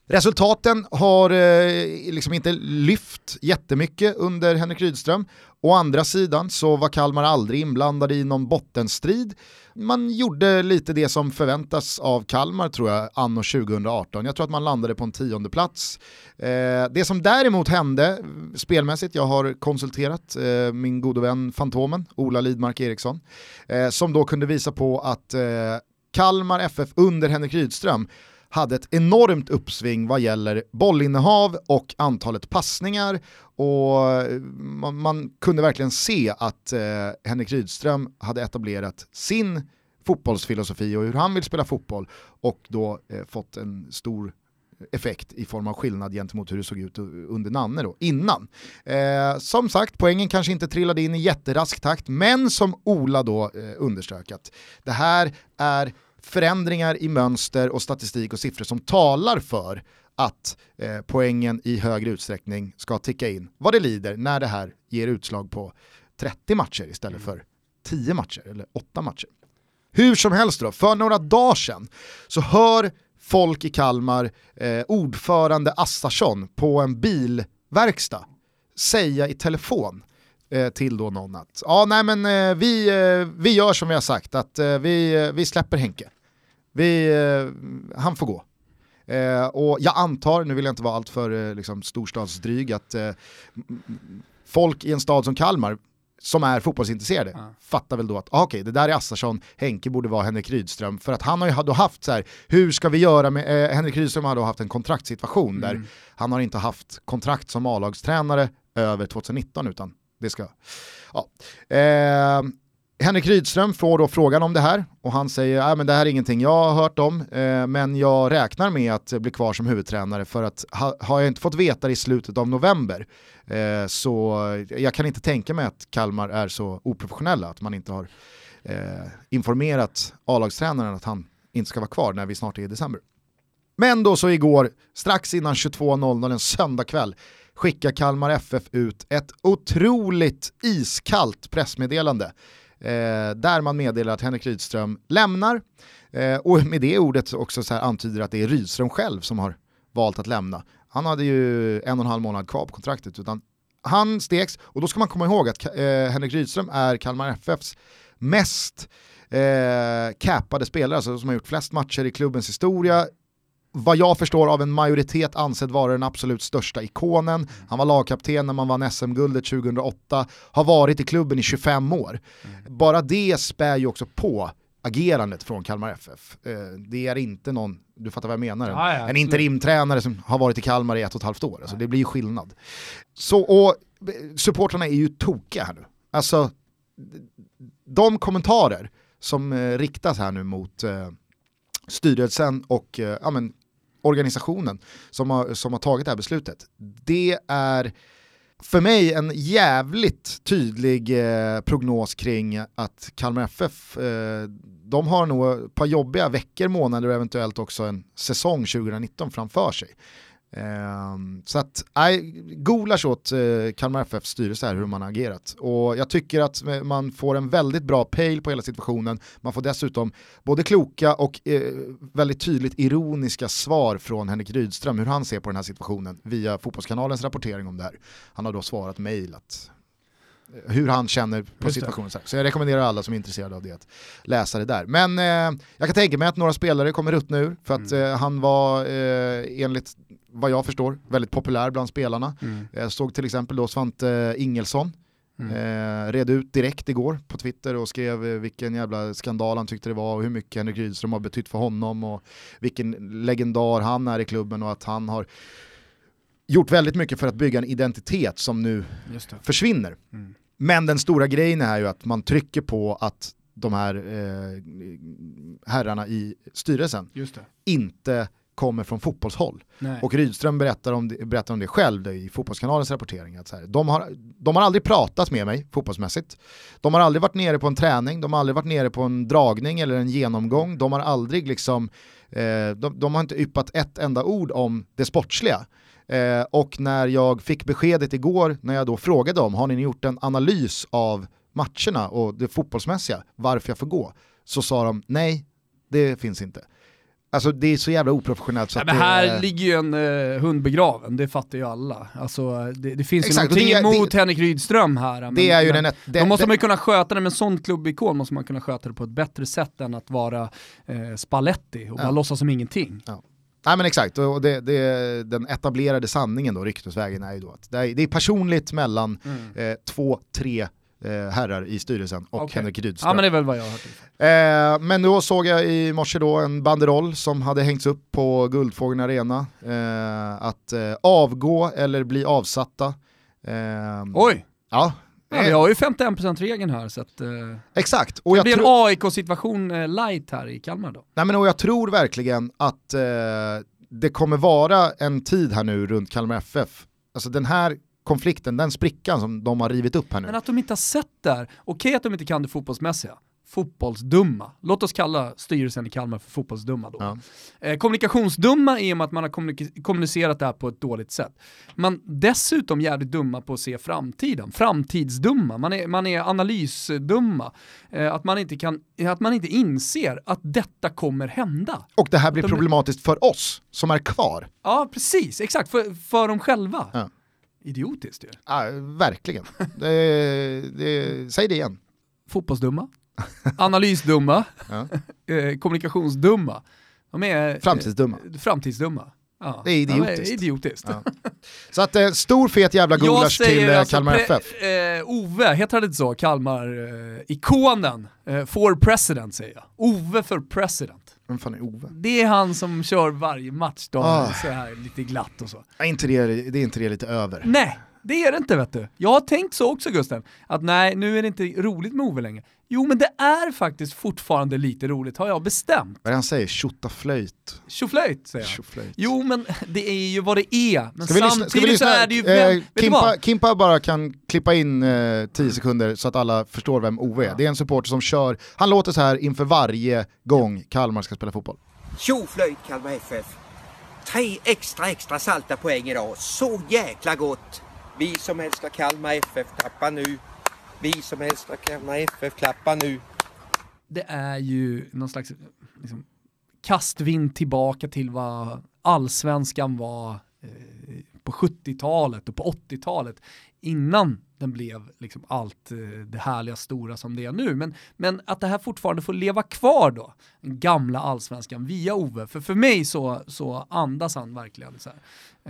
Resultaten har eh, liksom inte lyft jättemycket under Henrik Rydström. Å andra sidan så var Kalmar aldrig inblandade i någon bottenstrid. Man gjorde lite det som förväntas av Kalmar, tror jag, anno tjugo arton. Jag tror att man landade på en tionde plats. Eh, det som däremot hände spelmässigt, jag har konsulterat eh, min gode vän Fantomen, Ola Lidmark Eriksson, eh, som då kunde visa på att eh, Kalmar F F under Henrik Rydström hade ett enormt uppsving vad gäller bollinnehav och antalet passningar, och man, man kunde verkligen se att eh, Henrik Rydström hade etablerat sin fotbollsfilosofi och hur han vill spela fotboll, och då eh, fått en stor effekt i form av skillnad gentemot hur det såg ut under Nanne då, innan. Eh, som sagt, poängen kanske inte trillade in i jätterask takt, men som Ola då eh, understökat. Det här är förändringar i mönster och statistik och siffror som talar för att eh, poängen i högre utsträckning ska ticka in vad det lider när det här ger utslag på trettio matcher istället för tio matcher eller åtta matcher. Hur som helst då, för några dagar sedan så hör folk i Kalmar eh, ordförande Assarsson på en bilverkstad säga i telefon eh, till då någon att ja, nej men eh, vi, eh, vi gör som vi har sagt, att eh, vi, eh, vi släpper Henke. Vi, eh, han får gå. Eh, och jag antar, nu vill jag inte vara allt för eh, liksom, storstadsdryg, att eh, folk i en stad som Kalmar som är fotbollsintresserade ja. fattar väl då att ah, okej, okay, det där är Assarsson, Henke borde vara Henrik Rydström, för att han har ju då haft så här, hur ska vi göra med, eh, Henrik Rydström har då haft en kontraktsituation mm. där han har inte haft kontrakt som A-lagstränare över tjugonitton, utan det ska ja. Eh, Henrik Rydström får då frågan om det här och han säger, äh, men det här är ingenting jag har hört om, eh, men jag räknar med att bli kvar som huvudtränare, för att ha, har jag inte fått veta det i slutet av november eh, så jag kan inte tänka mig att Kalmar är så oprofessionella att man inte har eh, informerat A-lagstränaren att han inte ska vara kvar när vi snart är i december. Men då så igår, strax innan tjugotvå noll noll en söndagkväll, skickar Kalmar F F ut ett otroligt iskallt pressmeddelande Eh, där man meddelar att Henrik Rydström lämnar, eh, och med det ordet också så här antyder att det är Rydström själv som har valt att lämna. Han hade ju en och en halv månad kvar på kontraktet, utan han stegs, och då ska man komma ihåg att eh, Henrik Rydström är Kalmar F Fs mest eh, cappade spelare, alltså som har gjort flest matcher i klubbens historia. Vad jag förstår av en majoritet ansedd vara den absolut största ikonen. Han var lagkapten när man vann S M-guldet tjugohundraåtta. Har varit i klubben i tjugofem år. Mm. Bara det spär ju också på agerandet från Kalmar F F. Det är inte någon, du fattar vad jag menar, ja, ja, en interimtränare som har varit i Kalmar i ett och ett halvt år. Alltså, det blir ju skillnad. Så, och supportrarna är ju tokiga här nu. Alltså, de kommentarer som eh, riktas här nu mot eh, styrelsen och eh, ja, men, organisationen som har, som har tagit det här beslutet, det är för mig en jävligt tydlig eh, prognos kring att Kalmar F F eh, de har nog ett par jobbiga veckor, månader och eventuellt också en säsong tjugonitton framför sig. Eh, så att nej, gulasch åt eh, Kalmar F Fs styrelse här hur man har agerat, och jag tycker att man får en väldigt bra pejl på hela situationen. Man får dessutom både kloka och eh, väldigt tydligt ironiska svar från Henrik Rydström hur han ser på den här situationen via Fotbollskanalens rapportering om det här. Han har då svarat mejl att hur han känner på situationen. Så jag rekommenderar alla som är intresserade av det att läsa det där. Men eh, jag kan tänka mig att några spelare kommer ut nu för att mm. eh, han var eh, enligt vad jag förstår väldigt populär bland spelarna. Mm. Jag såg till exempel då Svante Ingelsson mm. eh, red ut direkt igår på Twitter och skrev eh, vilken jävla skandal han tyckte det var och hur mycket Henrik Rydström har betytt för honom och vilken legendar han är i klubben och att han har gjort väldigt mycket för att bygga en identitet som nu försvinner. Mm. Men den stora grejen är ju att man trycker på att de här eh, herrarna i styrelsen Just det. inte kommer från fotbollshåll. Nej. Och Rydström berättar om det, berättar om det själv det, i Fotbollskanalens rapportering. Att så här, de, har, de har aldrig pratat med mig fotbollsmässigt. De har aldrig varit nere på en träning. De har aldrig varit nere på en dragning eller en genomgång. De har aldrig liksom eh, de, de har inte yppat ett enda ord om det sportsliga. Eh, och när jag fick beskedet igår, när jag då frågade dem, har ni gjort en analys av matcherna och det fotbollsmässiga, varför jag får gå? Så sa de, nej, det finns inte. Alltså det är så jävla oprofessionellt. Så Nej, att men här det... ligger ju en uh, hund begraven, det fattar ju alla. Alltså, det, det finns Exakt, ju någonting det, emot det, Henrik Rydström här. Men, det är ju men, den... Det, då måste det, man ju kunna sköta det med en sån klubbikon, måste man kunna sköta det på ett bättre sätt än att vara eh, Spalletti och bara ja. låtsas som ingenting. Ja. Nej men exakt, och det, det, den etablerade sanningen då, ryktesvägen är ju då att det är, det är personligt mellan mm. eh, två, tre eh, herrar i styrelsen och okay. Henrik Rydström. Ja men det är väl vad jag har hört. Eh, men då såg jag i morse då en banderoll som hade hängts upp på Guldfågeln Arena. Eh, att eh, avgå eller bli avsatta. Eh, Oj! Ja. Ja, vi har ju femtioen procent-regeln här så att, eh, exakt. Och det jag blir en tro- A I K-situation eh, light här i Kalmar då. Nej men och jag tror verkligen att eh, det kommer vara en tid här nu runt Kalmar F F. Alltså den här konflikten, den sprickan som de har rivit upp här nu. Men att de inte har sett där, okej att de inte kan det fotbollsmässiga. Fotbollsdumma. Låt oss kalla styrelsen i Kalmar för fotbollsdumma då. Ja. Eh, kommunikationsdumma i och med att man har kommunik- kommunicerat det här på ett dåligt sätt. Man dessutom jävligt dumma på att se framtiden. Framtidsdumma. Man är, man är analysdumma. Eh, att, man inte kan, att man inte inser att detta kommer hända. Och det här blir de problematiskt för oss som är kvar. Ja, precis. Exakt. För, för dem själva. Ja. Idiotiskt ju. Ja, verkligen. det, det, säg det igen. Fotbollsdumma. Analysdumma, ja. eh, kommunikationsdumma. De är framtidsdumma. Eh, framtidsdumma. Ja. Det är idiotiskt. Ja, är idiotiskt. Ja. Så att eh, stor fet jävla gulasch till eh, alltså, Kalmar pre- F F. Eh, Ove, heter han inte så? Kalmar-ikonen. Eh, eh, for president säger jag. Ove för president. Vem fan är Ove? Det är han som kör varje match då, ah. så här lite glatt och så. Ja, inte det, det är inte det lite över. Nej. Det är det inte vet du. Jag har tänkt så också Gusten. Att nej, nu är det inte roligt med Ove längre. Jo men det är faktiskt fortfarande lite roligt, har jag bestämt. Vad är han säger? Tjotaflöjt. Tjoflöjt säger jag. Tjoflöjt. Jo men det är ju vad det är. Men ska vi samtidigt lyssna, ska vi lyssna? så är det ju... Eh, vem, Kimpa, Kimpa bara kan klippa in eh, tio sekunder så att alla förstår vem Ove är. Ja. Det är en supporter som kör, han låter så här inför varje gång Kalmar ska spela fotboll. Tjoflöjt Kalmar F F. Tre extra extra salta poäng idag. Så jäkla gott. Vi som älskar Kalmar F F klappar nu. Vi som älskar Kalmar F F klappar nu. Det är ju någon slags liksom, kastvind tillbaka till vad allsvenskan var eh, på sjuttiotalet och på åttiotalet innan den blev liksom allt eh, det härliga stora som det är nu. Men, men att det här fortfarande får leva kvar då, den gamla allsvenskan via Ove. För för mig så, så andas han verkligen så här,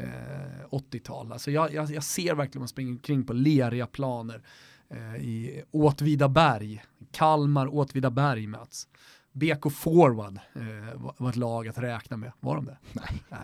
eh, åttiotal. Alltså jag, jag, jag ser verkligen man springer kring på leriga planer eh, i Åtvidaberg. Kalmar, Åtvidaberg möts. B K Forward eh, var ett lag att räkna med. Var de det? Nej. Nej.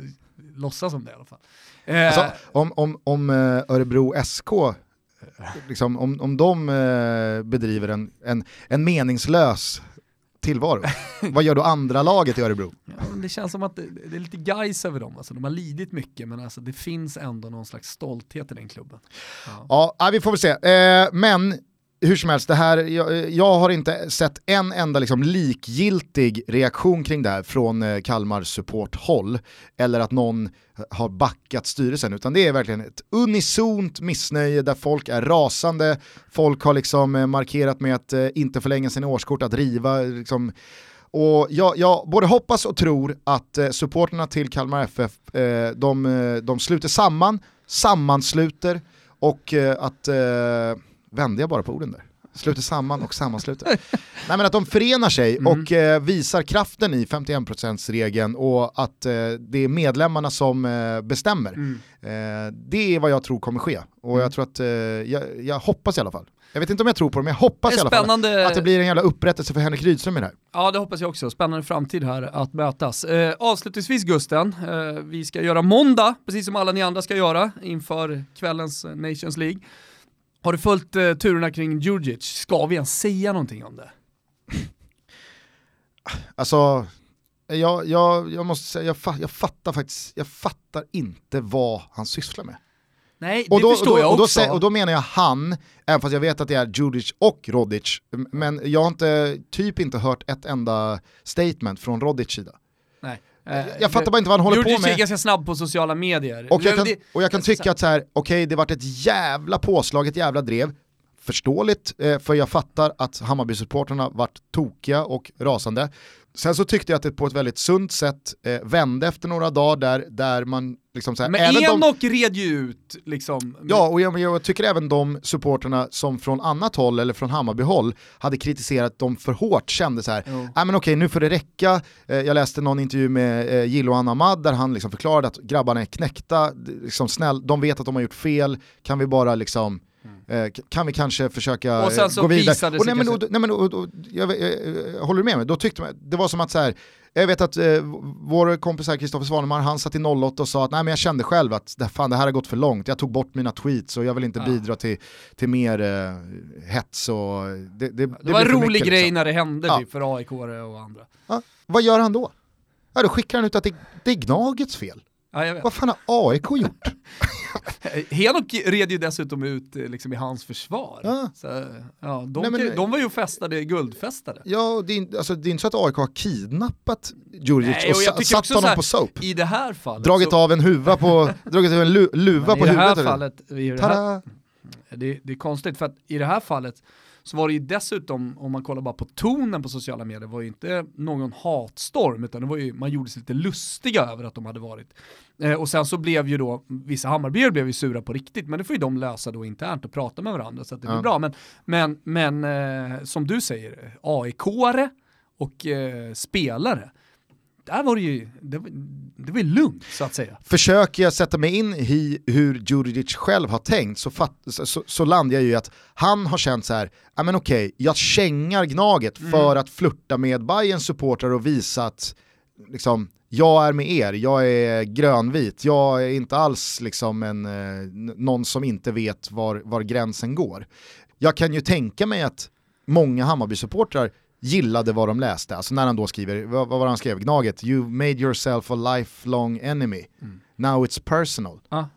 Låtsas som det i alla fall. Eh, alltså, om, om, om Örebro S K liksom, om, om de eh, bedriver en, en, en meningslös tillvaro, vad gör då andra laget i Örebro? Ja, det känns som att det, det är lite guys över dem. Alltså, de har lidit mycket men alltså, det finns ändå någon slags stolthet i den klubben. Ja, ja vi får väl se. Eh, men hur som helst, det här, jag, jag har inte sett en enda liksom likgiltig reaktion kring det här från eh, Kalmar supporthåll eller att någon har backat styrelsen, utan det är verkligen ett unisont missnöje där folk är rasande, folk har liksom eh, markerat med att eh, inte förlänga sina årskort, att riva liksom. Och jag, jag både hoppas och tror att eh, supporterna till Kalmar F F eh, de, de sluter samman, sammansluter och eh, att eh, vände jag bara på orden där. Sluter samman och sammansluter. Nej men att de förenar sig mm. och eh, visar kraften i femtioen procent-regeln och att eh, det är medlemmarna som eh, bestämmer. Mm. Eh, det är vad jag tror kommer ske. Och mm. jag tror att, eh, jag, jag hoppas i alla fall. Jag vet inte om jag tror på det, men jag hoppas i alla spännande... fall att det blir en jävla upprättelse för Henrik Rydström i det här. Ja, det hoppas jag också. Spännande framtid här att mötas. Eh, avslutningsvis Gusten, eh, vi ska göra måndag, precis som alla ni andra ska göra inför kvällens Nations League. Har du följt uh, turerna kring Djurdjic? Ska vi ens säga någonting om det? Alltså, jag, jag, jag måste säga, jag, fa- jag fattar faktiskt, jag fattar inte vad han sysslar med. Nej, det och då, förstår och då, jag och då, också. Och då menar jag han, även fast jag vet att det är Djurdjic och Rodic, men jag har inte, typ inte hört ett enda statement från Rodic sida. Nej. Jag, jag fattar bara inte vad han håller Djurdjic på med. är ganska snabb på sociala medier. Och jag kan, och jag kan tycka att så här, okej, okay, det varit ett jävla påslag, ett jävla drev. förståeligt, eh, för jag fattar att Hammarby-supporterna varit tokiga och rasande. Sen så tyckte jag att det på ett väldigt sunt sätt eh, vände efter några dagar där, där man liksom så här, men även Enok de, red ju ut liksom. Ja, och jag, jag tycker även de supporterna som från annat håll eller från Hammarby-håll hade kritiserat dem för hårt kände så här, nej ah, men okej, nu får det räcka. Eh, jag läste någon intervju med eh, Jiloan Ahmad där han liksom förklarade att grabbarna är knäckta, liksom snäll, de vet att de har gjort fel, kan vi bara liksom Mm. kan vi kanske försöka och sen så gå vidare. Visade och nej, men, kanske... och, nej, men, och, och, jag, jag, jag håller du med mig? Då tyckte man, det var som att så här, jag vet att eh, vår kompis här Kristoffer Svanemar, han satt i noll åtta och sa att nej, men jag kände själv att det, fan, det här har gått för långt. Jag tog bort mina tweets och jag vill inte ja. bidra till, till mer eh, hets. Och det, det, det, det var en rolig mycket, grej liksom. när det hände ja. typ, för A I K och andra. Ja. Vad gör han då? Ja, då skickar han ut att det, det är Gnagets fel. Ja, vad fan har A I K gjort? Henok red ju dessutom ut liksom, i hans försvar. Ja. Så, ja, de, Nej, men, de var ju festade, guldfestade. Ja, det är, alltså, det är inte så att A I K har kidnappat Djurdjic och, och sa, satt honom här, på soap. I det här fallet. Dragit så... av en huva på, dragit av en lu, luva på i det huvudet. Här fallet, i det, här, det, det är konstigt för att i det här fallet så var det ju dessutom, om man kollar bara på tonen på sociala medier, var ju inte någon hatstorm, utan det var ju, man gjorde sig lite lustiga över att de hade varit. Eh, och sen så blev ju då, vissa Hammarbyar blev ju sura på riktigt, men det får ju de lösa då internt och prata med varandra, så att det blir ja. bra. Men, men, men eh, som du säger, A I K-are och eh, spelare, där var det ju, det, det var ju lugnt så att säga. Försöker jag sätta mig in i hur Djurdjic själv har tänkt så, fatt, så, så landar jag ju att han har känt så här, ja men okej, jag kängar Gnaget mm. för att flirta med Bayerns supportrar och visa att liksom, jag är med er, jag är grönvit, jag är inte alls liksom en, eh, någon som inte vet var, var gränsen går. Jag kan ju tänka mig att många Hammarby-supportrar gillade vad de läste. Alltså när han då skriver, vad, vad var han skrev? Gnaget, you made yourself a lifelong enemy. Mm. Now it's personal. Ah. och,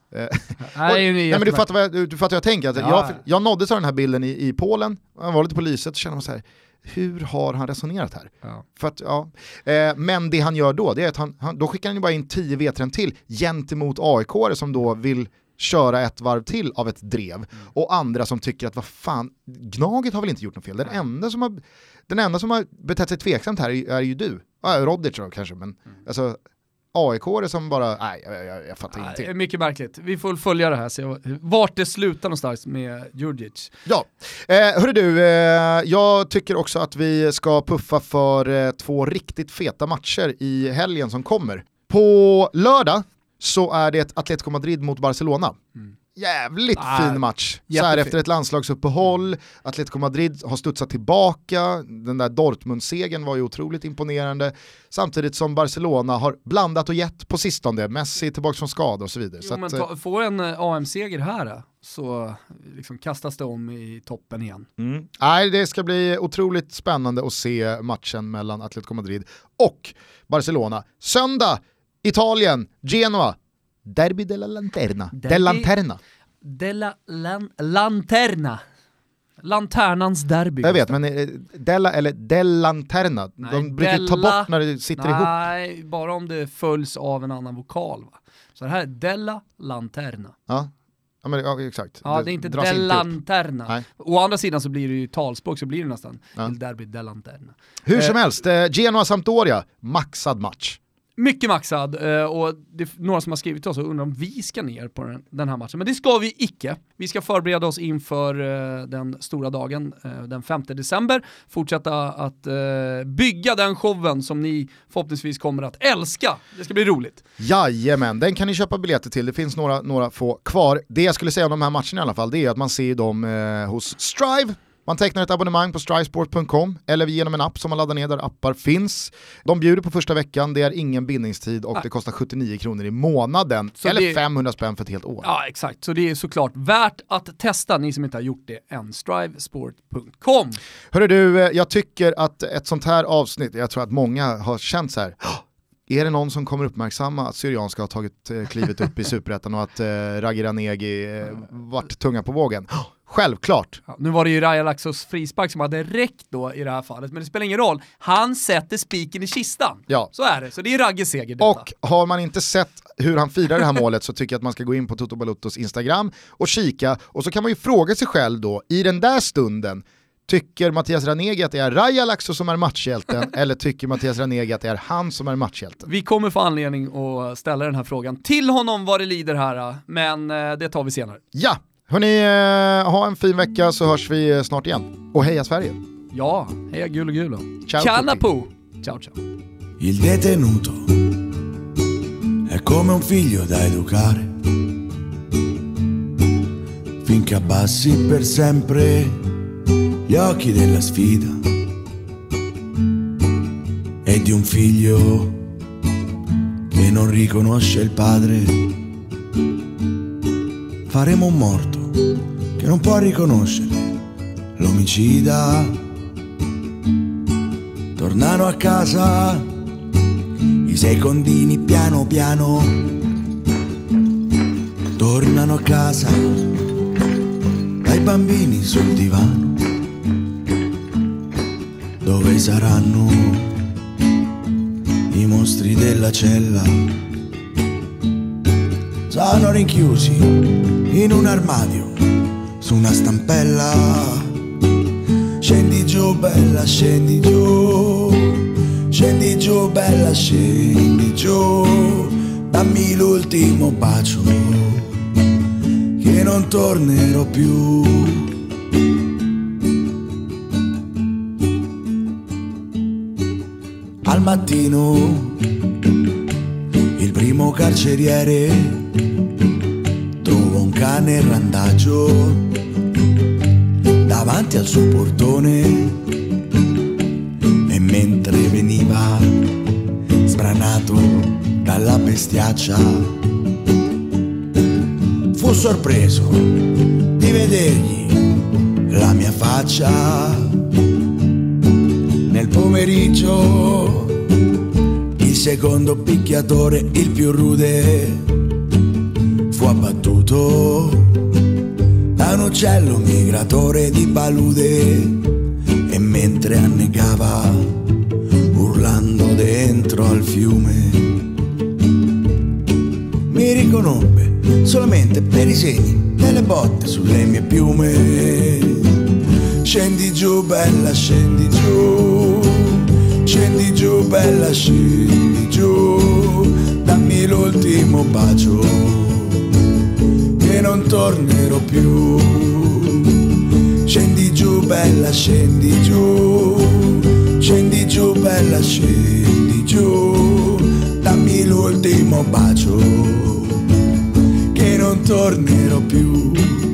nej, men du fattar vad jag, du fattar vad jag tänker. Alltså, ja. jag, jag nåddes av den här bilden i, i Polen. Han var lite på lyset och kände man så här, hur har han resonerat här? Ja. För att, ja. Eh, men det han gör då, det är att han, han då skickar han ju bara in tio V-trän till gentemot A I K som då vill köra ett varv till av ett drev. Mm. Och andra som tycker att vad fan, Gnaget har väl inte gjort något fel. Den, enda som, har, den enda som har betett sig tveksamt här är, är ju du. Ja, Rodic då kanske, men mm. alltså A I K som bara, nej jag, jag, jag fattar ingenting. Det är mycket märkligt. Vi får följa det här, se vart det slutar någonstans med Djurdjic. Ja, eh, hörru du, eh, jag tycker också att vi ska puffa för eh, två riktigt feta matcher i helgen som kommer. På lördag så är det Atletico Madrid mot Barcelona. Mm. Jävligt ah, fin match. Så här efter ett landslagsuppehåll. Atletico Madrid har studsat tillbaka. Den där Dortmund-segern var ju otroligt imponerande. Samtidigt som Barcelona har blandat och gett på sistone. Messi tillbaka från skada och så vidare. Jo, så men att, ta, får en A M-seger här så liksom kastas det om i toppen igen. Mm. Nej, det ska bli otroligt spännande att se matchen mellan Atletico Madrid och Barcelona. Söndag, Italien, Genoa. Derby della Lanterna. Derby della Lanterna. Della lan- Lanterna. Lanternans derby. Jag vet, men eh, della eller della Lanterna. Nej, de brukar della, ta bort när det sitter nej, ihop. Nej, bara om det följs av en annan vokal. Va? Så det här är della Lanterna. Ja. Ja, men, ja, exakt. Ja, det, det är inte della Lanterna. Nej. Å andra sidan så blir det ju talspråk, så blir det nästan ja. Il derby della Lanterna. Hur som eh, helst, eh, Genoa-Sampdoria, maxad match. Mycket maxad, och det är några som har skrivit till oss och undrar om vi ska ner på den, den här matchen. Men det ska vi icke. Vi ska förbereda oss inför uh, den stora dagen, uh, den femte december. Fortsätta att uh, bygga den showen som ni förhoppningsvis kommer att älska. Det ska bli roligt. Jajamän, den kan ni köpa biljetter till. Det finns några, några få kvar. Det jag skulle säga om de här matcherna i alla fall, det är att man ser dem uh, hos Strive. Man tecknar ett abonnemang på strivesport punkt com eller genom en app som man laddar ner där appar finns. De bjuder på första veckan, det är ingen bindningstid och Nej. det kostar sjuttionio kronor i månaden. Så eller det... femhundra spänn för ett helt år. Ja, exakt. Så det är såklart värt att testa, ni som inte har gjort det än. strivesport punkt com. Hörru du, jag tycker att ett sånt här avsnitt, jag tror att många har känt så här, är det någon som kommer uppmärksamma att Syrianska har tagit eh, klivet upp i Superettan och att eh, Raggi Ranegi eh, varit tunga på vågen? Självklart. Ja, nu var det ju Raja Laxos frispark som hade räckt då i det här fallet, men det spelar ingen roll. Han sätter spiken i kistan. Ja. Så är det, så det är Ragges seger detta. Och har man inte sett hur han firar det här målet så tycker jag att man ska gå in på Toto Balottos Instagram och kika, och så kan man ju fråga sig själv då, i den där stunden, tycker Mattias Ranegi att det är Raja Laxo som är matchhjälten eller tycker Mattias Ranegi att det är han som är matchhjälten? Vi kommer få anledning att ställa den här frågan till honom vad det lider här, men det tar vi senare. Ja, hörni, ha en fin vecka så hörs vi snart igen. Och heja Sverige! Ja, heja gul och gul. Ciao, Ciao, ciao, ciao. Il detenuto è come un figlio da educare, finché abbassi per sempre gli occhi della sfida, e di un figlio che non riconosce il padre. Faremo un morto che non può riconoscere l'omicida. Tornano a casa i secondini piano piano, tornano a casa dai bambini sul divano. Dove saranno i mostri della cella? Sono rinchiusi in un armadio su una stampella. Scendi giù bella, scendi giù, scendi giù bella, scendi giù, dammi l'ultimo bacio che non tornerò più. Al mattino il primo carceriere trova un cane in randagio davanti al suo portone, e mentre veniva sbranato dalla bestiaccia fu sorpreso di vedergli la mia faccia. Nel pomeriggio il secondo picchiatore, il più rude, fu abbattuto da un uccello migratore di palude, e mentre annegava urlando dentro al fiume mi riconobbe solamente per i segni delle botte sulle mie piume. Scendi giù bella, scendi giù, scendi giù bella, scendi giù, dammi l'ultimo bacio che non tornerò più. Scendi giù bella, scendi giù, scendi giù bella, scendi giù, dammi l'ultimo bacio che non tornerò più.